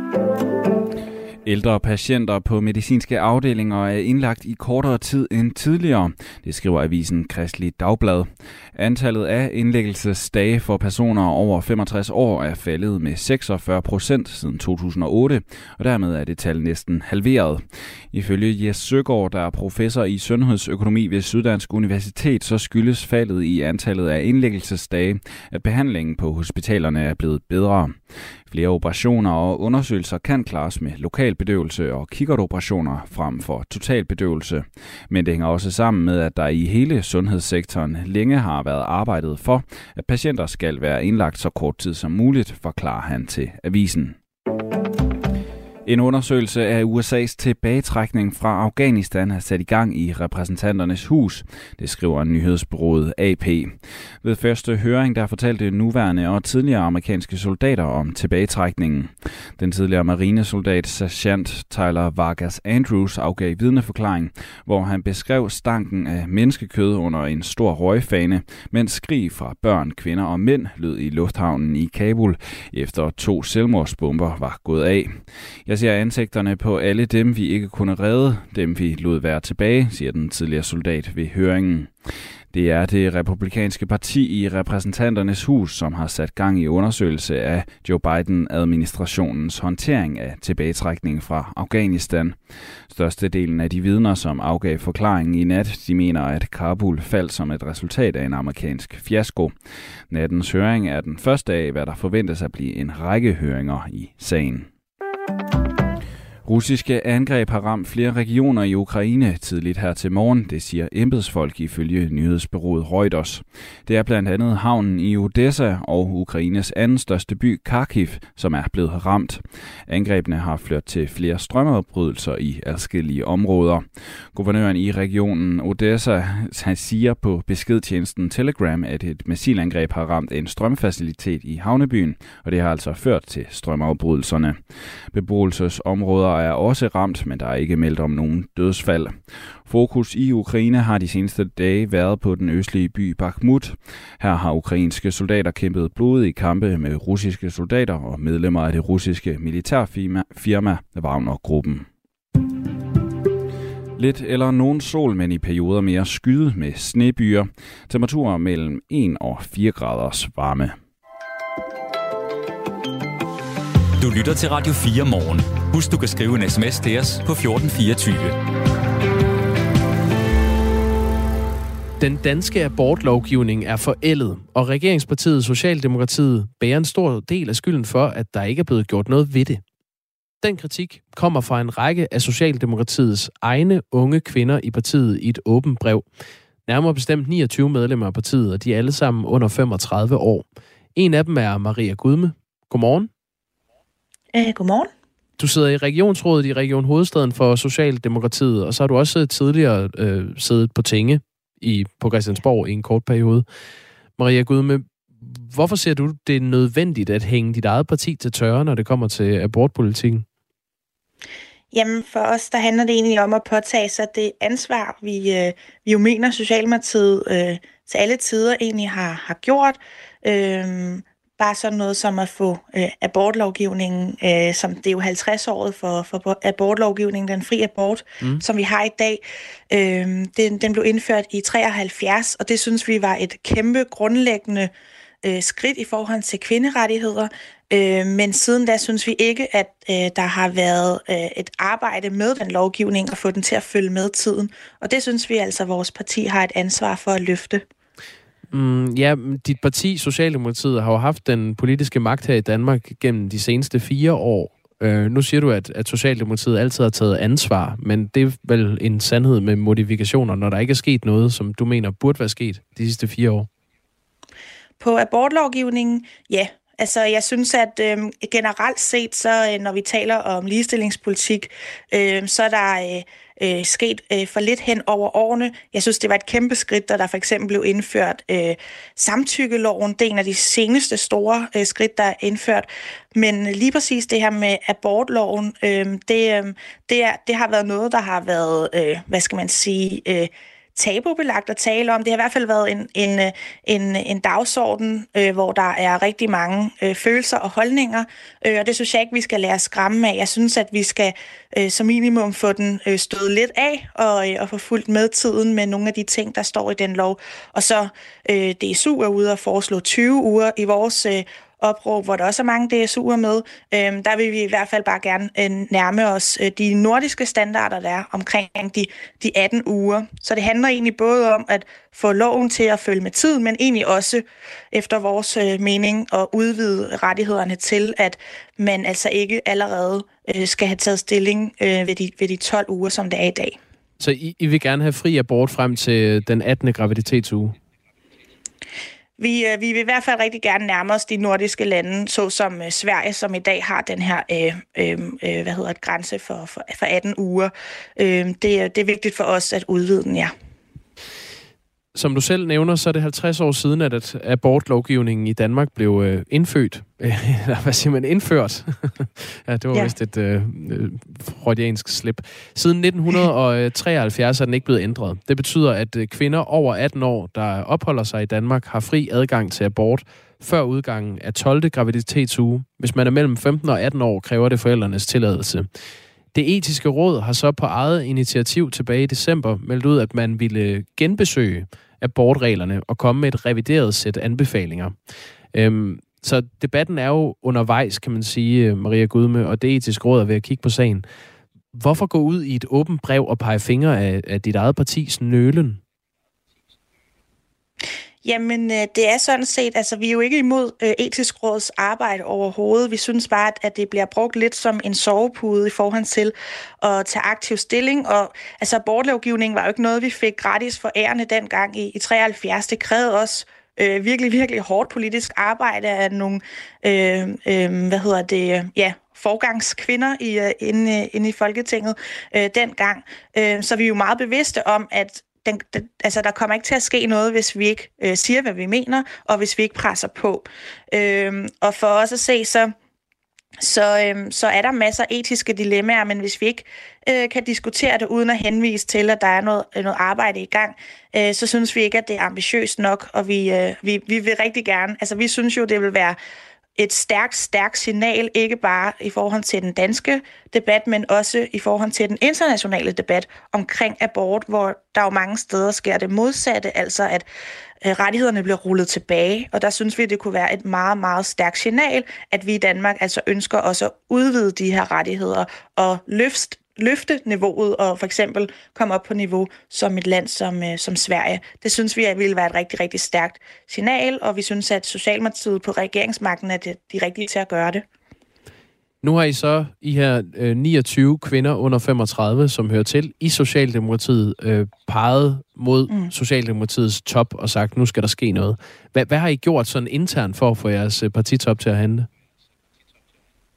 Ældre patienter på medicinske afdelinger er indlagt i kortere tid end tidligere, det skriver avisen Kristeligt Dagblad. Antallet af indlæggelsesdage for personer over 65 år er faldet med 46% siden 2008, og dermed er det tal næsten halveret. Ifølge Jes Søgaard, der er professor i sundhedsøkonomi ved Syddansk Universitet, så skyldes faldet i antallet af indlæggelsesdage, at behandlingen på hospitalerne er blevet bedre. Flere operationer og undersøgelser kan klares med lokalbedøvelse og kikkertoperationer frem for totalbedøvelse. Men det hænger også sammen med, at der i hele sundhedssektoren længe har været arbejdet for, at patienter skal være indlagt så kort tid som muligt, forklarer han til avisen. En undersøgelse af USA's tilbagetrækning fra Afghanistan er sat i gang i repræsentanternes hus, det skriver nyhedsbureauet AP. Ved første høring der fortalte nuværende og tidligere amerikanske soldater om tilbagetrækningen. Den tidligere marinesoldat sergeant Tyler Vargas Andrews afgav vidneforklaring, hvor han beskrev stanken af menneskekød under en stor røgfane, mens skrig fra børn, kvinder og mænd lød i lufthavnen i Kabul, efter 2 selvmordsbomber var gået af. Jeg ser ansigterne på alle dem, vi ikke kunne redde, dem vi lod være tilbage, siger den tidligere soldat ved høringen. Det er det republikanske parti i repræsentanternes hus, som har sat gang i undersøgelse af Joe Biden-administrationens håndtering af tilbagetrækning fra Afghanistan. Størstedelen af de vidner, som afgav forklaringen i nat, de mener, at Kabul faldt som et resultat af en amerikansk fiasko. Nattens høring er den første af, hvad der forventes at blive en række høringer i sagen. Russiske angreb har ramt flere regioner i Ukraine tidligt her til morgen, det siger embedsfolk ifølge nyhedsbureauet Reuters. Det er blandt andet havnen i Odessa og Ukraines anden største by Kharkiv, som er blevet ramt. Angrebene har ført til flere strømafbrydelser i adskillige områder. Guvernøren i regionen Odessa siger på beskedtjenesten Telegram, at et missilangreb har ramt en strømfacilitet i havnebyen, og det har altså ført til strømafbrydelserne. Beboelsesområder er også ramt, men der er ikke meldt om nogen dødsfald. Fokus i Ukraine har de seneste dage været på den østlige by Bakhmut. Her har ukrainske soldater kæmpet blodige kampe med russiske soldater og medlemmer af det russiske militærfirma Wagner-gruppen. Lidt eller nogen sol, men i perioder mere skyde med snebyer. Temperaturer mellem 1 og 4 graders varme. Du lytter til Radio 4 morgen. Husk, du kan skrive en sms til os på 1424. Den danske abortlovgivning er forældet, og regeringspartiet Socialdemokratiet bærer en stor del af skylden for, at der ikke er blevet gjort noget ved det. Den kritik kommer fra en række af Socialdemokratiets egne unge kvinder i partiet i et åbent brev. Nærmere bestemt 29 medlemmer af partiet, og de er alle sammen under 35 år. En af dem er Maria Gudme. Godmorgen. Godmorgen. Du sidder i regionsrådet i Region Hovedstaden for Socialdemokratiet, og så har du også tidligere siddet på tinge på Christiansborg i en kort periode. Maria Gudme, hvorfor ser du det er nødvendigt at hænge dit eget parti til tørre, når det kommer til abortpolitikken? Jamen for os, der handler det egentlig om at påtage sig det ansvar, vi jo mener Socialdemokratiet til alle tider egentlig har gjort. Bare sådan noget som at få abortlovgivningen, som det er jo 50-året for abortlovgivningen, den fri abort, som vi har i dag. Den blev indført i 73, og det synes vi var et kæmpe grundlæggende skridt i forhold til kvinderettigheder. Men siden da synes vi ikke, at der har været et arbejde med den lovgivning og få den til at følge med tiden. Og det synes vi altså, at vores parti har et ansvar for at løfte. Ja, dit parti, Socialdemokratiet, har jo haft den politiske magt her i Danmark gennem de seneste 4 år. Nu siger du, at Socialdemokratiet altid har taget ansvar, men det er vel en sandhed med modifikationer, når der ikke er sket noget, som du mener burde være sket de sidste 4 år? På abortlovgivningen, ja. Altså, jeg synes, at generelt set, så når vi taler om ligestillingspolitik, så er der sket for lidt hen over årene. Jeg synes, det var et kæmpe skridt, da der for eksempel blev indført samtykkeloven. Det er en af de seneste store skridt, der er indført. Men lige præcis det her med abortloven, det har været noget, der har været, hvad skal man sige, tabubelagt at tale om. Det har i hvert fald været en dagsorden, hvor der er rigtig mange følelser og holdninger, og det synes jeg ikke, vi skal lade os skræmme af. Jeg synes, at vi skal som minimum få den stået lidt af og få fulgt med tiden med nogle af de ting, der står i den lov. Og så DSU er ude og foreslå 20 uger i vores opråb, hvor der også er mange DSU'er med. Der vil vi i hvert fald bare gerne nærme os de nordiske standarder, der er omkring de 18 uger. Så det handler egentlig både om at få loven til at følge med tiden, men egentlig også efter vores mening at udvide rettighederne til, at man altså ikke allerede skal have taget stilling ved de 12 uger, som det er i dag. Så I vil gerne have fri abort frem til den 18. graviditetsuge? Vi vil i hvert fald rigtig gerne nærme os de nordiske lande, såsom Sverige, som i dag har den her grænse for 18 uger. Det er vigtigt for os at udvide den, ja. Som du selv nævner, så er det 50 år siden, at abortlovgivningen i Danmark blev indført. Ja, det var vist et freudiansk slip. Siden 1973 er den ikke blevet ændret. Det betyder, at kvinder over 18 år, der opholder sig i Danmark, har fri adgang til abort før udgangen af 12. graviditetsuge. Hvis man er mellem 15 og 18 år, kræver det forældrenes tilladelse. Det etiske råd har så på eget initiativ tilbage i december meldt ud, at man ville genbesøge abortreglerne og komme med et revideret sæt anbefalinger. Så debatten er jo undervejs, kan man sige, Maria Gudme, og det etiske råd er ved at kigge på sagen. Hvorfor gå ud i et åbent brev og pege fingre af dit eget partis nølen? Jamen, det er sådan set, altså vi er jo ikke imod etisk råds arbejde overhovedet. Vi synes bare, at det bliver brugt lidt som en sovepude i forhold til at tage aktiv stilling. Og altså abortlovgivningen var jo ikke noget, vi fik gratis for ærende dengang i 73. Det krævede også virkelig, virkelig hårdt politisk arbejde af nogle, forgangskvinder inde i Folketinget dengang. Så vi er jo meget bevidste om, at der kommer ikke til at ske noget, hvis vi ikke siger, hvad vi mener, og hvis vi ikke presser på. Og for os at se, så er der masser af etiske dilemmaer, men hvis vi ikke kan diskutere det uden at henvise til, at der er noget arbejde i gang, så synes vi ikke, at det er ambitiøst nok, og vi vil rigtig gerne, altså vi synes jo, det vil være et stærkt signal, ikke bare i forhold til den danske debat, men også i forhold til den internationale debat omkring abort, hvor der jo mange steder sker det modsatte, altså at rettighederne bliver rullet tilbage, og der synes vi, det kunne være et meget, meget stærkt signal, at vi i Danmark altså ønsker også at udvide de her rettigheder og løfte niveauet og for eksempel komme op på niveau som et land som Sverige. Det synes vi ville være et rigtig, rigtig stærkt signal, og vi synes, at Socialdemokratiet på regeringsmagten er de rigtige til at gøre det. Nu har I så her 29 kvinder under 35, som hører til i Socialdemokratiet, peget mod Socialdemokratiets top og sagt, nu skal der ske noget. Hvad har I gjort sådan internt for at få jeres partitop til at handle?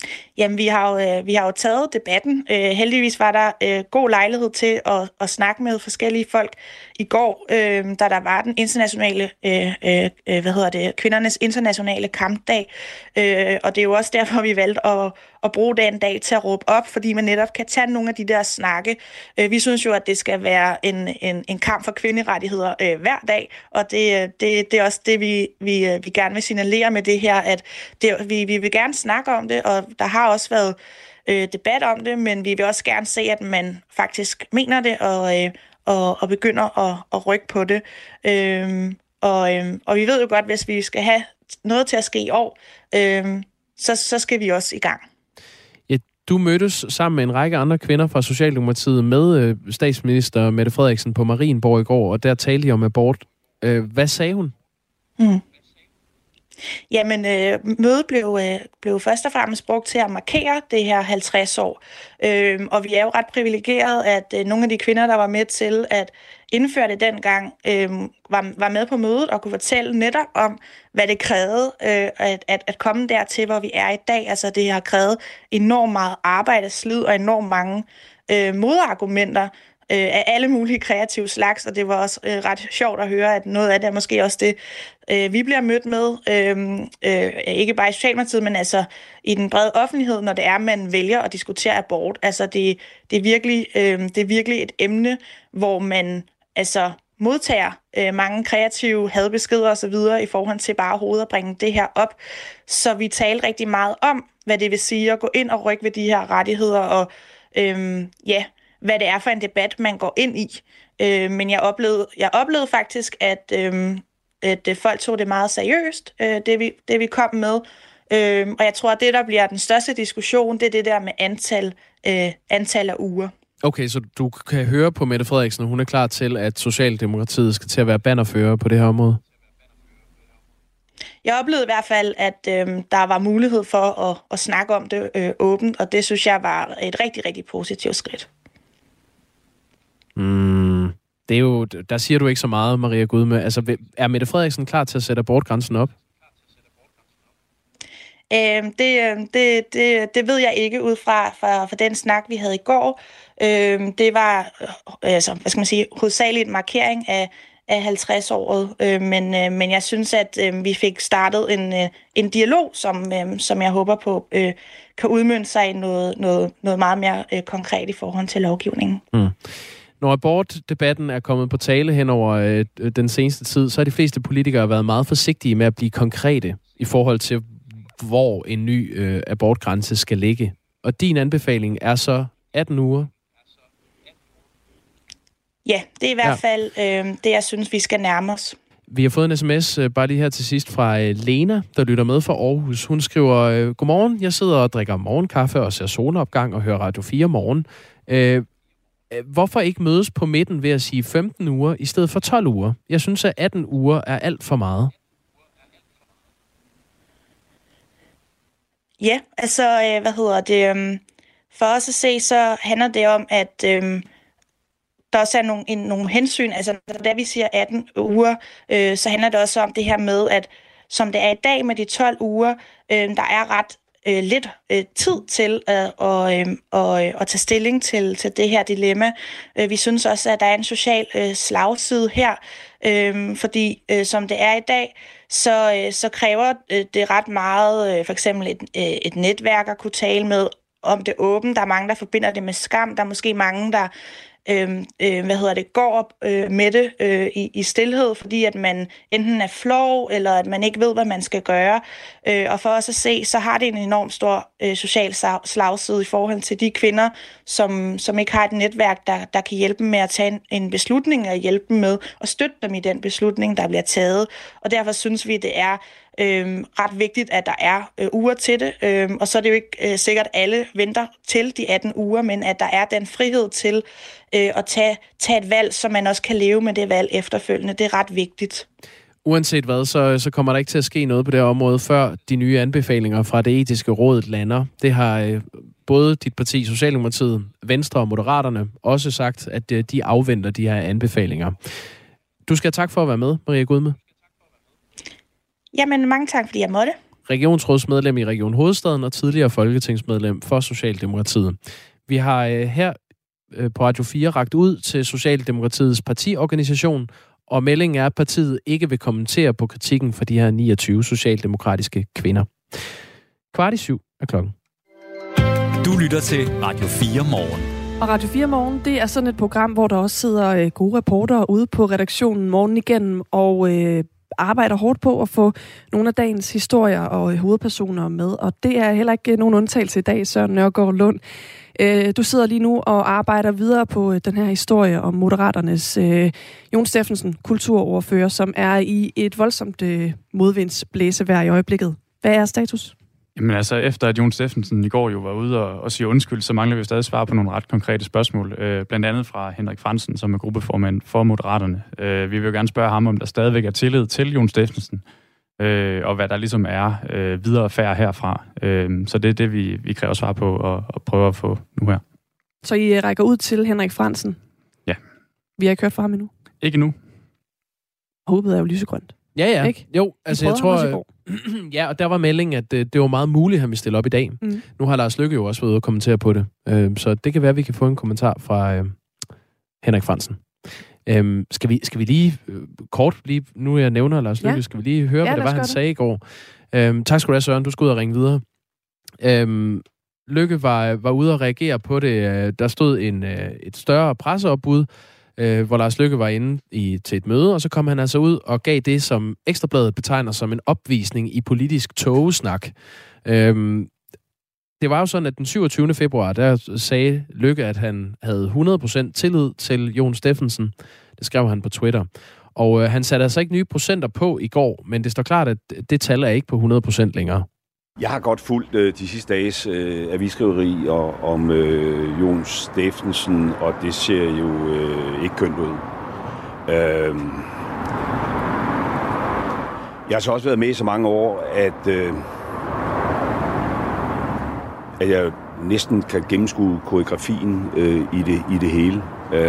Jamen, vi har jo taget debatten. Heldigvis var der god lejlighed til at snakke med forskellige folk i går, da der var den internationale, kvindernes internationale kampdag. Og det er jo også derfor, vi valgte at bruge den dag til at råbe op, fordi man netop kan tage nogle af de der snakke. Vi synes jo, at det skal være en kamp for kvinderettigheder hver dag, og det er også det, vi gerne vil signalere med det her, at vi vil gerne snakke om det, og der har også været debat om det, men vi vil også gerne se, at man faktisk mener det, og begynder at rykke på det. Og vi ved jo godt, hvis vi skal have noget til at ske i år, så skal vi også i gang. Ja, du mødtes sammen med en række andre kvinder fra Socialdemokratiet med statsminister Mette Frederiksen på Marienborg i går, og der talte I om abort. Hvad sagde hun? Jamen, mødet blev først og fremmest brugt til at markere det her 50 år. Og vi er jo ret privilegerede, at nogle af de kvinder, der var med til at indføre det dengang, var med på mødet og kunne fortælle netop om, hvad det krævede at komme dertil, hvor vi er i dag. Altså, det har krævet enormt meget arbejde, slid og enormt mange modargumenter af alle mulige kreative slags, og det var også ret sjovt at høre, at noget af det er måske også det, vi bliver mødt med, ikke bare i Socialdemokratiet, men altså i den brede offentlighed, når det er, man vælger at diskutere abort. Altså det er virkelig et emne, hvor man altså modtager mange kreative hadbeskeder og så videre i forhold til bare overhovedet at bringe det her op. Så vi talte rigtig meget om, hvad det vil sige at gå ind og rykke ved de her rettigheder, og hvad det er for en debat, man går ind i. Men jeg oplevede faktisk, at folk tog det meget seriøst, det vi kom med. Og jeg tror, at det, der bliver den største diskussion, det er det der med antal af uger. Okay, så du kan høre på Mette Frederiksen, hun er klar til, at Socialdemokratiet skal til at være bannerfører på det her område? Jeg oplevede i hvert fald, at der var mulighed for at snakke om det åbent, og det synes jeg var et rigtig, rigtig positivt skridt. Det er jo, der siger du ikke så meget, Maria Gudme. Altså, er Mette Frederiksen klar til at sætte abortgrænsen op? Det ved jeg ikke ud fra den snak, vi havde i går. Det var, hovedsageligt en markering af 50-året, men jeg synes, at vi fik startet en dialog, som jeg håber på kan udmønte sig i noget meget mere konkret i forhold til lovgivningen. Når abortdebatten er kommet på tale hen over den seneste tid, så har de fleste politikere været meget forsigtige med at blive konkrete i forhold til, hvor en ny abortgrænse skal ligge. Og din anbefaling er så 18 uger? Ja, det er i hvert fald det, jeg synes, vi skal nærme os. Vi har fået en sms, bare lige her til sidst, fra Lena, der lytter med fra Aarhus. Hun skriver, godmorgen, jeg sidder og drikker morgenkaffe og ser solopgang og hører Radio 4 morgen. Hvorfor ikke mødes på midten ved at sige 15 uger i stedet for 12 uger? Jeg synes, at 18 uger er alt for meget. Ja, altså, for os at se, så handler det om, at der også er nogle hensyn. Altså, da vi siger 18 uger, så handler det også om det her med, at som det er i dag med de 12 uger, der er ret lidt tid til at tage stilling til det her dilemma. Vi synes også, at der er en social slagside her, fordi som det er i dag, så kræver det ret meget, for eksempel et netværk at kunne tale med om det åbent. Der er mange, der forbinder det med skam. Der er måske mange, der går med det i stilhed, fordi at man enten er flov, eller at man ikke ved, hvad man skal gøre. Og for os at se, så har det en enormt stor social slagside i forhold til de kvinder, som ikke har et netværk, der kan hjælpe dem med at tage en beslutning, og hjælpe dem med at støtte dem i den beslutning, der bliver taget. Og derfor synes vi, det er ret vigtigt, at der er uger til det. Og så er det jo ikke sikkert, at alle venter til de 18 uger, men at der er den frihed til at tage et valg, så man også kan leve med det valg efterfølgende. Det er ret vigtigt. Uanset hvad, så kommer der ikke til at ske noget på det her område, før de nye anbefalinger fra det etiske råd lander. Det har både dit parti, Socialdemokratiet, Venstre og Moderaterne også sagt, at de afventer de her anbefalinger. Du skal have tak for at være med, Maria Gudme. Jamen, mange tak, fordi jeg måtte. regionsrådsmedlem i Region Hovedstaden og tidligere folketingsmedlem for Socialdemokratiet. Vi har her på Radio 4 rakt ud til Socialdemokratiets partiorganisation, og meldingen er, at partiet ikke vil kommentere på kritikken for de her 29 socialdemokratiske kvinder. 6:15 er klokken. Du lytter til Radio 4 Morgen. Og Radio 4 Morgen, det er sådan et program, hvor der også sidder gode reportere ude på redaktionen morgen igennem og arbejder hårdt på at få nogle af dagens historier og hovedpersoner med. Og det er heller ikke nogen undtagelse i dag, Søren Nørgaard Lund. Du sidder lige nu og arbejder videre på den her historie om Moderaternes Jon Steffensen, kulturordfører, som er i et voldsomt modvindsblæsevejr i øjeblikket. Hvad er status? Jamen altså, efter at Jon Steffensen i går jo var ude og sige undskyld, så mangler vi stadig svar på nogle ret konkrete spørgsmål. Blandt andet fra Henrik Frandsen, som er gruppeformand for Moderaterne. Vi vil jo gerne spørge ham, om der stadigvæk er tillid til Jon Steffensen, og hvad der ligesom er videre færd herfra. Så det er det, vi kræver svar på og prøver at få nu her. Så I rækker ud til Henrik Frandsen? Ja. Vi har ikke hørt fra ham endnu? Ikke endnu. Håbet er jo lysegrønt. Ja. Ikke? Jo, altså jeg tror... Ja, og der var meldingen, at det var meget muligt, at han ville stille op i dag. Nu har Lars Løkke jo også været ude og kommentere på det. Så det kan være, at vi kan få en kommentar fra Henrik Frandsen. Skal vi lige kort, nu jeg nævner Lars Løkke, skal vi lige høre, hvad det var, han sagde i går. Tak skal du have, Søren. Du skal ud og ringe videre. Løkke var ude og reagere på det. Der stod et større presseopbud, hvor Lars Løkke var inde til et møde, og så kom han altså ud og gav det, som Ekstra Bladet betegner som en opvisning i politisk togesnak. Det var jo sådan, at den 27. februar, der sagde Løkke, at han havde 100% tillid til Jon Steffensen. Det skrev han på Twitter. Og han satte altså ikke nye procenter på i går, men det står klart, at det tal er ikke på 100% længere. Jeg har godt fulgt de sidste dages avisskriveri om Jon Steffensen, og det ser jo ikke kønt ud. Jeg har så også været med i så mange år, at jeg næsten kan gennemskue koreografien i det hele.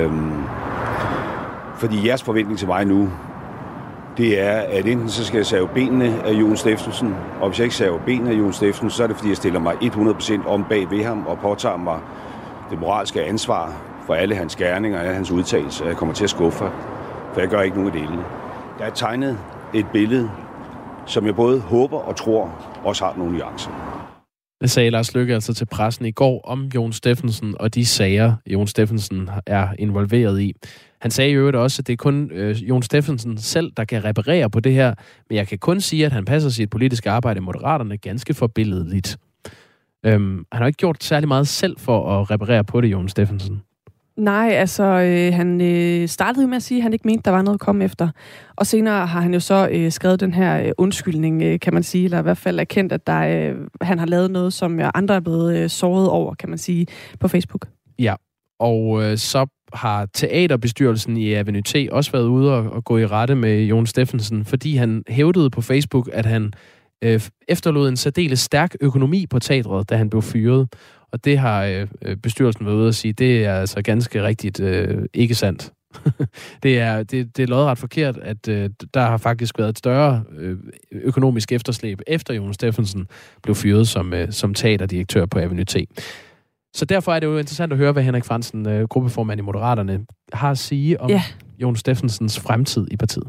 Fordi jeres forventning til mig nu, det er, at enten så skal jeg save benene af Jon Steffensen, og hvis jeg ikke saver benene af Jon Steffensen, så er det fordi, jeg stiller mig 100% om bag ved ham og påtager mig det moralske ansvar for alle hans gerninger og alle hans udtalelser. Jeg kommer til at skuffe, for jeg gør ikke nogen af delene. Der er tegnet et billede, som jeg både håber og tror også har nogle nuancer. Det sagde Lars Løkke altså til pressen i går om Jon Steffensen og de sager, Jon Steffensen er involveret i. Han sagde i øvrigt også, at det er kun Jon Steffensen selv, der kan reparere på det her, men jeg kan kun sige, at han passer sit politiske arbejde i Moderaterne ganske forbilledligt. Han har ikke gjort særlig meget selv for at reparere på det, Jon Steffensen. Nej, altså han startede med at sige, at han ikke mente, der var noget at komme efter. Og senere har han jo så skrevet den her undskyldning, kan man sige, eller i hvert fald erkendt, at han har lavet noget, som andre er blevet såret over, kan man sige, på Facebook. Ja, og så har teaterbestyrelsen i Avenue T også været ude og gå i rette med Jon Steffensen, fordi han hævdede på Facebook, at han efterlod en særdeles stærk økonomi på teatret, da han blev fyret. Og det har bestyrelsen været ude at sige, det er altså ganske rigtigt ikke sandt. det er lodret forkert, at der har faktisk været et større økonomisk efterslæb, efter Jon Steffensen blev fyret som teaterdirektør på Avenue T. Så derfor er det jo interessant at høre, hvad Henrik Frandsen, gruppeformand i Moderaterne, har at sige om Jon Steffensens fremtid i partiet.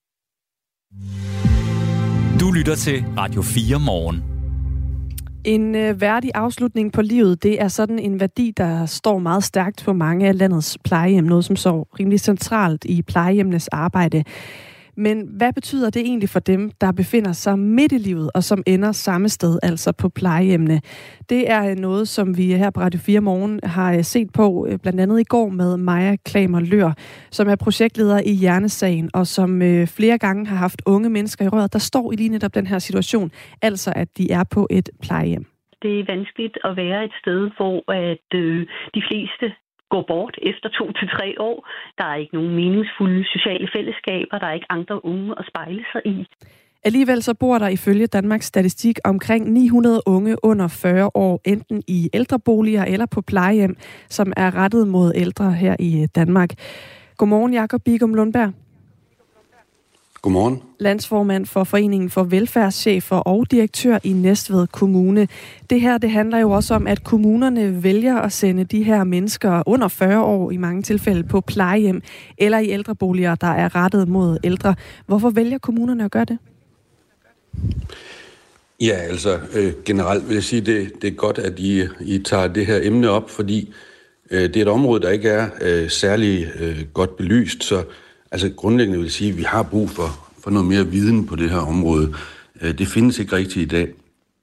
Du lytter til Radio 4 Morgen. En værdig afslutning på livet, det er sådan en værdi, der står meget stærkt på mange af landets plejehjem, noget som så rimelig centralt i plejehjemmenes arbejde. Men hvad betyder det egentlig for dem, der befinder sig midt i livet, og som ender samme sted, altså på plejehjemmene? Det er noget, som vi her på Radio 4 Morgen har set på, blandt andet i går med Maja Klamer Lør, som er projektleder i Hjernesagen, og som flere gange har haft unge mennesker i røret, der står i lige netop den her situation, altså at de er på et plejehjem. Det er vanskeligt at være et sted, hvor de fleste går bort efter 2 til 3 år. Der er ikke nogen meningsfulde sociale fællesskaber. Der er ikke andre unge at spejle sig i. Alligevel så bor der ifølge Danmarks Statistik omkring 900 unge under 40 år, enten i ældreboliger eller på plejehjem, som er rettet mod ældre her i Danmark. Godmorgen, Jakob Bigum Lundberg. Godmorgen. Landsformand for Foreningen for Velfærdschefer og direktør i Næstved Kommune. Det her, det handler jo også om, at kommunerne vælger at sende de her mennesker under 40 år i mange tilfælde på plejehjem eller i ældreboliger, der er rettet mod ældre. Hvorfor vælger kommunerne at gøre det? Ja, altså generelt vil jeg sige, det er godt, at I tager det her emne op, fordi det er et område, der ikke er særlig godt belyst, så altså grundlæggende vil jeg sige, at vi har brug for noget mere viden på det her område. Det findes ikke rigtigt i dag.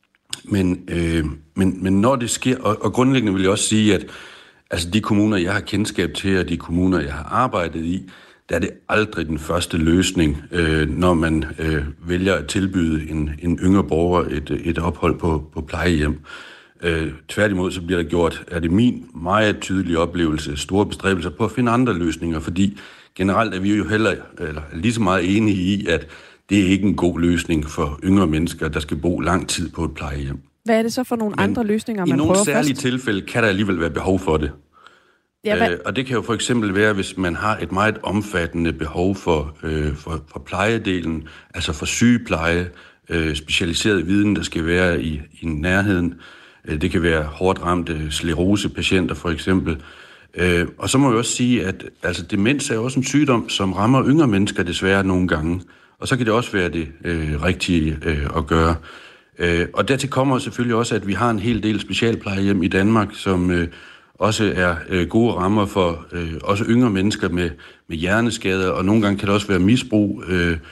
Men når det sker, og grundlæggende vil jeg også sige, at altså de kommuner, jeg har kendskab til, og de kommuner, jeg har arbejdet i, der er det aldrig den første løsning, når man vælger at tilbyde en yngre borger et ophold på plejehjem. Tværtimod så bliver der gjort, er det min meget tydelige oplevelse, store bestræbelser på at finde andre løsninger, fordi generelt er vi jo heller lige så meget enige i, at det er ikke en god løsning for yngre mennesker, der skal bo lang tid på et plejehjem. Hvad er det så for nogle andre løsninger, man prøver først? I nogle særlige tilfælde kan der alligevel være behov for det. Ja, og det kan jo for eksempel være, hvis man har et meget omfattende behov for plejedelen, altså for sygepleje, specialiseret viden, der skal være i nærheden. Det kan være hårdt ramte sklerosepatienter for eksempel. Og så må jeg også sige, at altså, demens er også en sygdom, som rammer yngre mennesker desværre nogle gange. Og så kan det også være det rigtige at gøre. Og dertil kommer selvfølgelig også, at vi har en hel del specialplejehjem i Danmark, som også er gode rammer for også yngre mennesker med hjerneskader, og nogle gange kan det også være misbrug,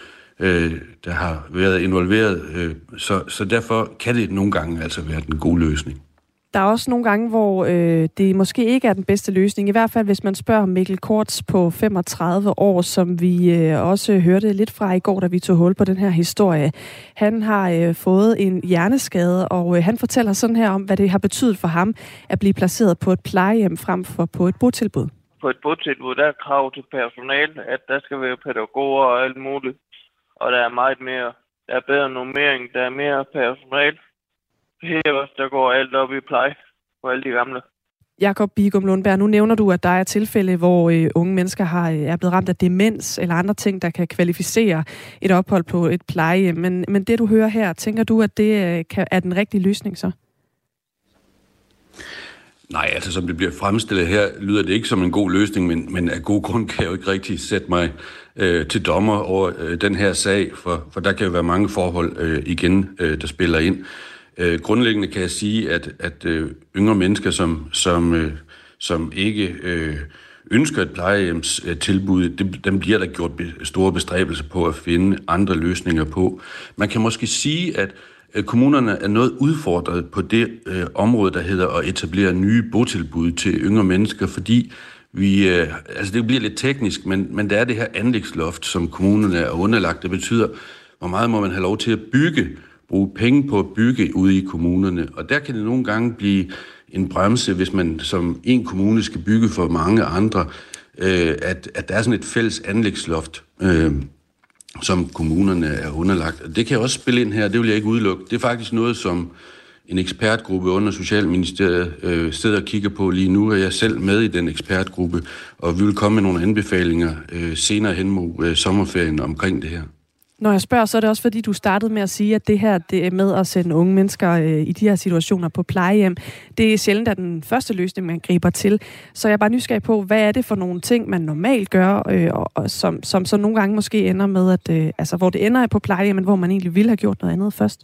der har været involveret. Så derfor kan det nogle gange altså være den gode løsning. Der er også nogle gange, hvor det måske ikke er den bedste løsning. I hvert fald, hvis man spørger Mikkel Kortz på 35 år, som vi også hørte lidt fra i går, da vi tog hul på den her historie. Han har fået en hjerneskade, og han fortæller sådan her om, hvad det har betydet for ham at blive placeret på et plejehjem frem for på et botilbud. På et botilbud, der er krav til personale, at der skal være pædagoger og alt muligt. Og der er meget mere. Der er bedre normering, der er mere personale. Her der går alt op i pleje for alle de gamle. Jakob Bigum Lundberg, nu nævner du, at der er tilfælde, hvor unge mennesker er blevet ramt af demens eller andre ting, der kan kvalificere et ophold på et plejehjem. Men det, du hører her, tænker du, at det er den rigtige løsning så? Nej, altså som det bliver fremstillet her, lyder det ikke som en god løsning, men af god grund kan jeg jo ikke rigtig sætte mig til dommer over den her sag, for der kan jo være mange forhold igen, der spiller ind. Grundlæggende kan jeg sige, at yngre mennesker, som ikke ønsker et plejehjemstilbud, dem bliver der gjort store bestræbelser på at finde andre løsninger på. Man kan måske sige, at kommunerne er noget udfordret på det område, der hedder at etablere nye botilbud til yngre mennesker, fordi altså det bliver lidt teknisk, men der er det her anlægsloft, som kommunerne er underlagt. Det betyder, hvor meget må man have lov til at bruge penge på at bygge ude i kommunerne. Og der kan det nogle gange blive en bremse, hvis man som en kommune skal bygge for mange andre, at der er sådan et fælles anlægsloft, som kommunerne er underlagt. Og det kan også spille ind her, det vil jeg ikke udelukke. Det er faktisk noget, som en ekspertgruppe under Socialministeriet sidder og kigger på lige nu, og jeg er selv med i den ekspertgruppe, og vi vil komme med nogle anbefalinger senere hen mod sommerferien omkring det her. Når jeg spørger, så er det også fordi, du startede med at sige, at det her det er med at sende unge mennesker i de her situationer på plejehjem. Det er sjældent, at den første løsning, man griber til. Så jeg er bare nysgerrig på, hvad er det for nogle ting, man normalt gør, og som så nogle gange måske ender med, at hvor det ender på plejehjem, hvor man egentlig ville have gjort noget andet først?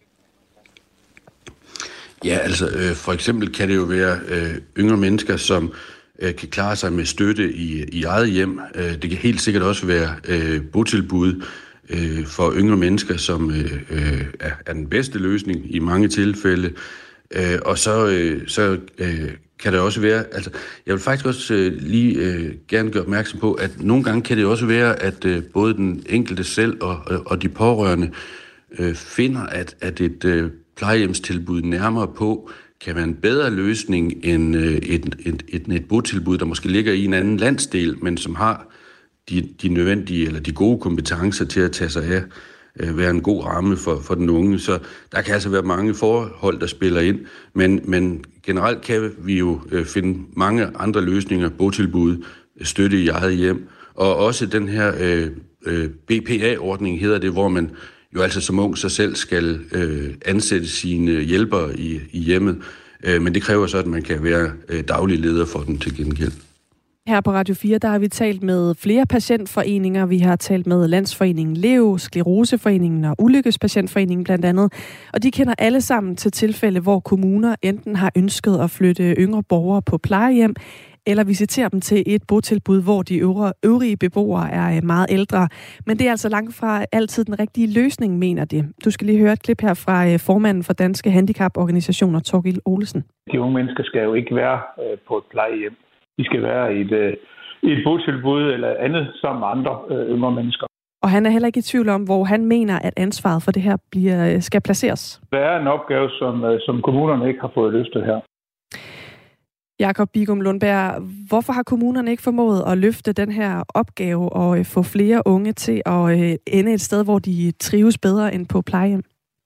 Ja, altså for eksempel kan det jo være yngre mennesker, som kan klare sig med støtte i eget hjem. Det kan helt sikkert også være botilbud for yngre mennesker, som er den bedste løsning i mange tilfælde. Og så kan det også være, altså jeg vil faktisk også lige gerne gøre opmærksom på, at nogle gange kan det også være, at både den enkelte selv og de pårørende finder, at et plejehjemstilbud nærmere på kan være en bedre løsning end et botilbud, der måske ligger i en anden landsdel, men som har de nødvendige eller de gode kompetencer til at tage sig af, være en god ramme for den unge. Så der kan altså være mange forhold, der spiller ind, men generelt kan vi jo finde mange andre løsninger, botilbud, støtte i eget hjem, og også den her BPA-ordning hedder det, hvor man jo altså som ung så selv skal ansætte sine hjælpere i hjemmet. Men det kræver så, at man kan være daglig leder for den til gengæld. Her på Radio 4, der har vi talt med flere patientforeninger. Vi har talt med Landsforeningen Lev, Skleroseforeningen og Ulykkespatientforeningen blandt andet. Og de kender alle sammen til tilfælde, hvor kommuner enten har ønsket at flytte yngre borgere på plejehjem, eller visitere dem til et botilbud, hvor de øvrige beboere er meget ældre. Men det er altså langt fra altid den rigtige løsning, mener det. Du skal lige høre et klip her fra formanden for Danske Handicaporganisationer, Torgild Olesen. De unge mennesker skal jo ikke være på et plejehjem. De skal være i et botilbud eller andet sammen med andre yngre mennesker. Og han er heller ikke i tvivl om, hvor han mener, at ansvaret for det her skal placeres. Der er en opgave, som kommunerne ikke har fået løftet her. Jakob Bigum Lundberg, hvorfor har kommunerne ikke formået at løfte den her opgave og få flere unge til at ende et sted, hvor de trives bedre end på plejehjem?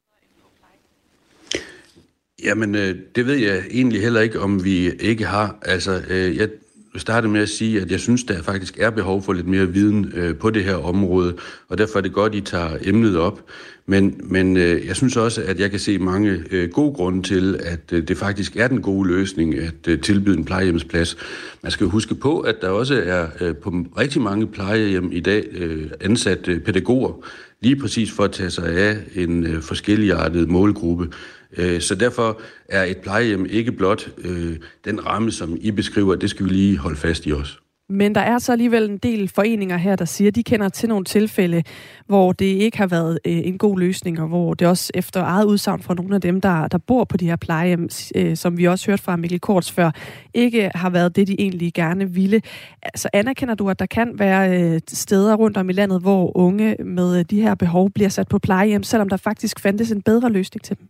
Jamen, det ved jeg egentlig heller ikke, om vi ikke har. Altså, jeg startede med at sige, at jeg synes, der faktisk er behov for lidt mere viden på det her område, og derfor er det godt, I tager emnet op. Men jeg synes også, at jeg kan se mange gode grunde til, at det faktisk er den gode løsning at tilbyde en plejehjemsplads. Man skal jo huske på, at der også er på rigtig mange plejehjem i dag ansat pædagoger, lige præcis for at tage sig af en forskelligartet målgruppe. Så derfor er et plejehjem ikke blot den ramme, som I beskriver, det skal vi lige holde fast i os. Men der er så alligevel en del foreninger her, der siger, at de kender til nogle tilfælde, hvor det ikke har været en god løsning, og hvor det også efter eget udsagn fra nogle af dem, der bor på de her plejehjem, som vi også hørte fra Mikkel Korts før, ikke har været det, de egentlig gerne ville. Altså anerkender du, at der kan være steder rundt om i landet, hvor unge med de her behov bliver sat på plejehjem, selvom der faktisk fandtes en bedre løsning til dem?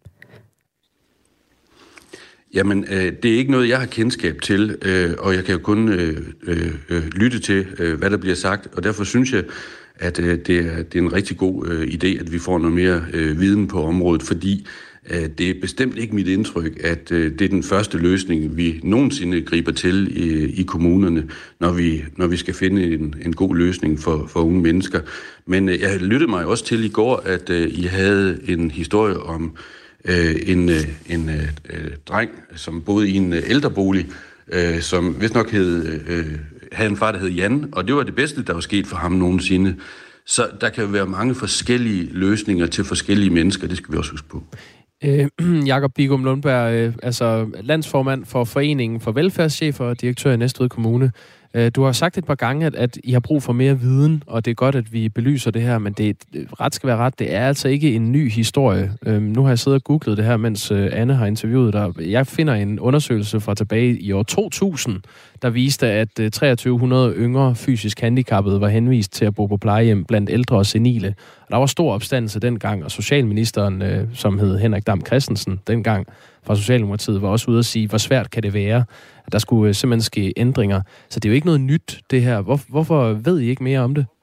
Jamen, det er ikke noget, jeg har kendskab til, og jeg kan jo kun lytte til, hvad der bliver sagt, og derfor synes jeg, at det er en rigtig god idé, at vi får noget mere viden på området, fordi det er bestemt ikke mit indtryk, at det er den første løsning, vi nogensinde griber til i kommunerne, når vi skal finde en god løsning for unge mennesker. Men jeg lyttede mig også til i går, at I havde en historie om en dreng, som boede i en ældrebolig, som vist nok havde en far, der hed Jan, og det var det bedste, der var sket for ham nogensinde. Så der kan være mange forskellige løsninger til forskellige mennesker, det skal vi også huske på. Jakob Bigum Lundberg, altså landsformand for Foreningen for Velfærdschefer og direktør i Næstved Kommune. Du har sagt et par gange, at I har brug for mere viden, og det er godt, at vi belyser det her, men ret skal være ret. Det er altså ikke en ny historie. Nu har jeg siddet og googlet det her, mens Anne har interviewet dig. Jeg finder en undersøgelse fra tilbage i år 2000, der viste, at 2300 yngre fysisk handicappede var henvist til at bo på plejehjem blandt ældre og senile. Og der var stor opstandelse dengang, og socialministeren, som hed Henrik Dam Kristensen dengang fra Socialdemokratiet, var også ude at sige, hvor svært kan det være, at der skulle simpelthen ske ændringer. Så det er jo ikke noget nyt, det her. Hvorfor ved I ikke mere om det?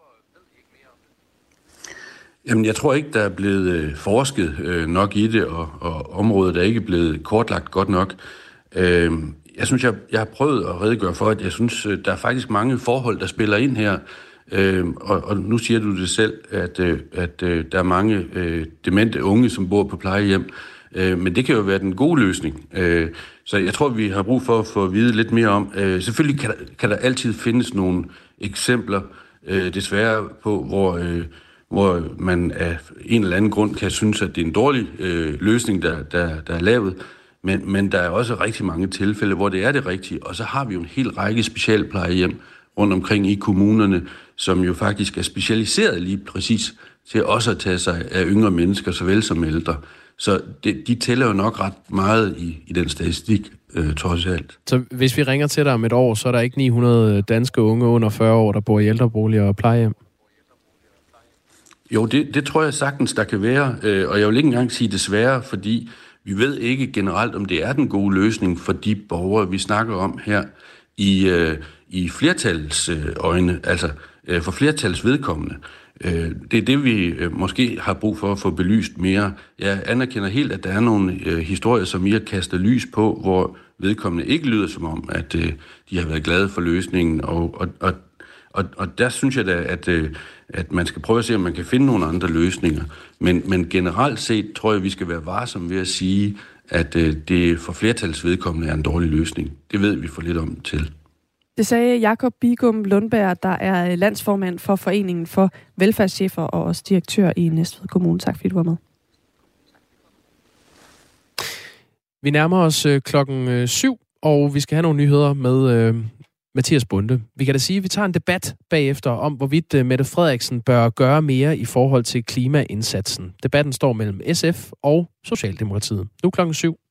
Jamen, jeg tror ikke, der er blevet forsket nok i det, og området er ikke blevet kortlagt godt nok. Jeg synes, jeg har prøvet at redegøre for, at jeg synes, der er faktisk mange forhold, der spiller ind her. Og nu siger du det selv, at der er mange demente unge, som bor på plejehjem. Men det kan jo være den gode løsning. Så jeg tror, vi har brug for at få at vide lidt mere om. Selvfølgelig kan der altid findes nogle eksempler, desværre på, hvor man af en eller anden grund kan synes, at det er en dårlig løsning, der er lavet. Men der er også rigtig mange tilfælde, hvor det er det rigtige. Og så har vi jo en hel række specialplejehjem rundt omkring i kommunerne, som jo faktisk er specialiseret lige præcis til også at tage sig af yngre mennesker, såvel som ældre. Så de tæller jo nok ret meget i den statistik, trods alt. Så hvis vi ringer til dig om et år, så er der ikke 900 danske unge under 40 år, der bor i ældreboliger og plejehjem? Jo, det tror jeg sagtens, der kan være. Og jeg vil ikke engang sige desværre, fordi vi ved ikke generelt, om det er den gode løsning for de borgere, vi snakker om her i flertals øjne, altså for flertals vedkommende. Det er det, vi måske har brug for at få belyst mere. Jeg anerkender helt, at der er nogle historier, som I har kastet lys på, hvor vedkommende ikke lyder som om, at de har været glade for løsningen. Og der synes jeg da, at man skal prøve at se, om man kan finde nogle andre løsninger. Men generelt set tror jeg, vi skal være varsomme ved at sige, at det for flertals vedkommende er en dårlig løsning. Det ved vi for lidt om til. Det sagde Jakob Bigum Lundberg, der er landsformand for Foreningen for Velfærdschefer og også direktør i Næstved Kommune. Tak fordi du var med. Vi nærmer os klokken 7, og vi skal have nogle nyheder med Mathias Bunde. Vi kan da sige, at vi tager en debat bagefter om, hvorvidt Mette Frederiksen bør gøre mere i forhold til klimaindsatsen. Debatten står mellem SF og Socialdemokratiet. Nu klokken 7.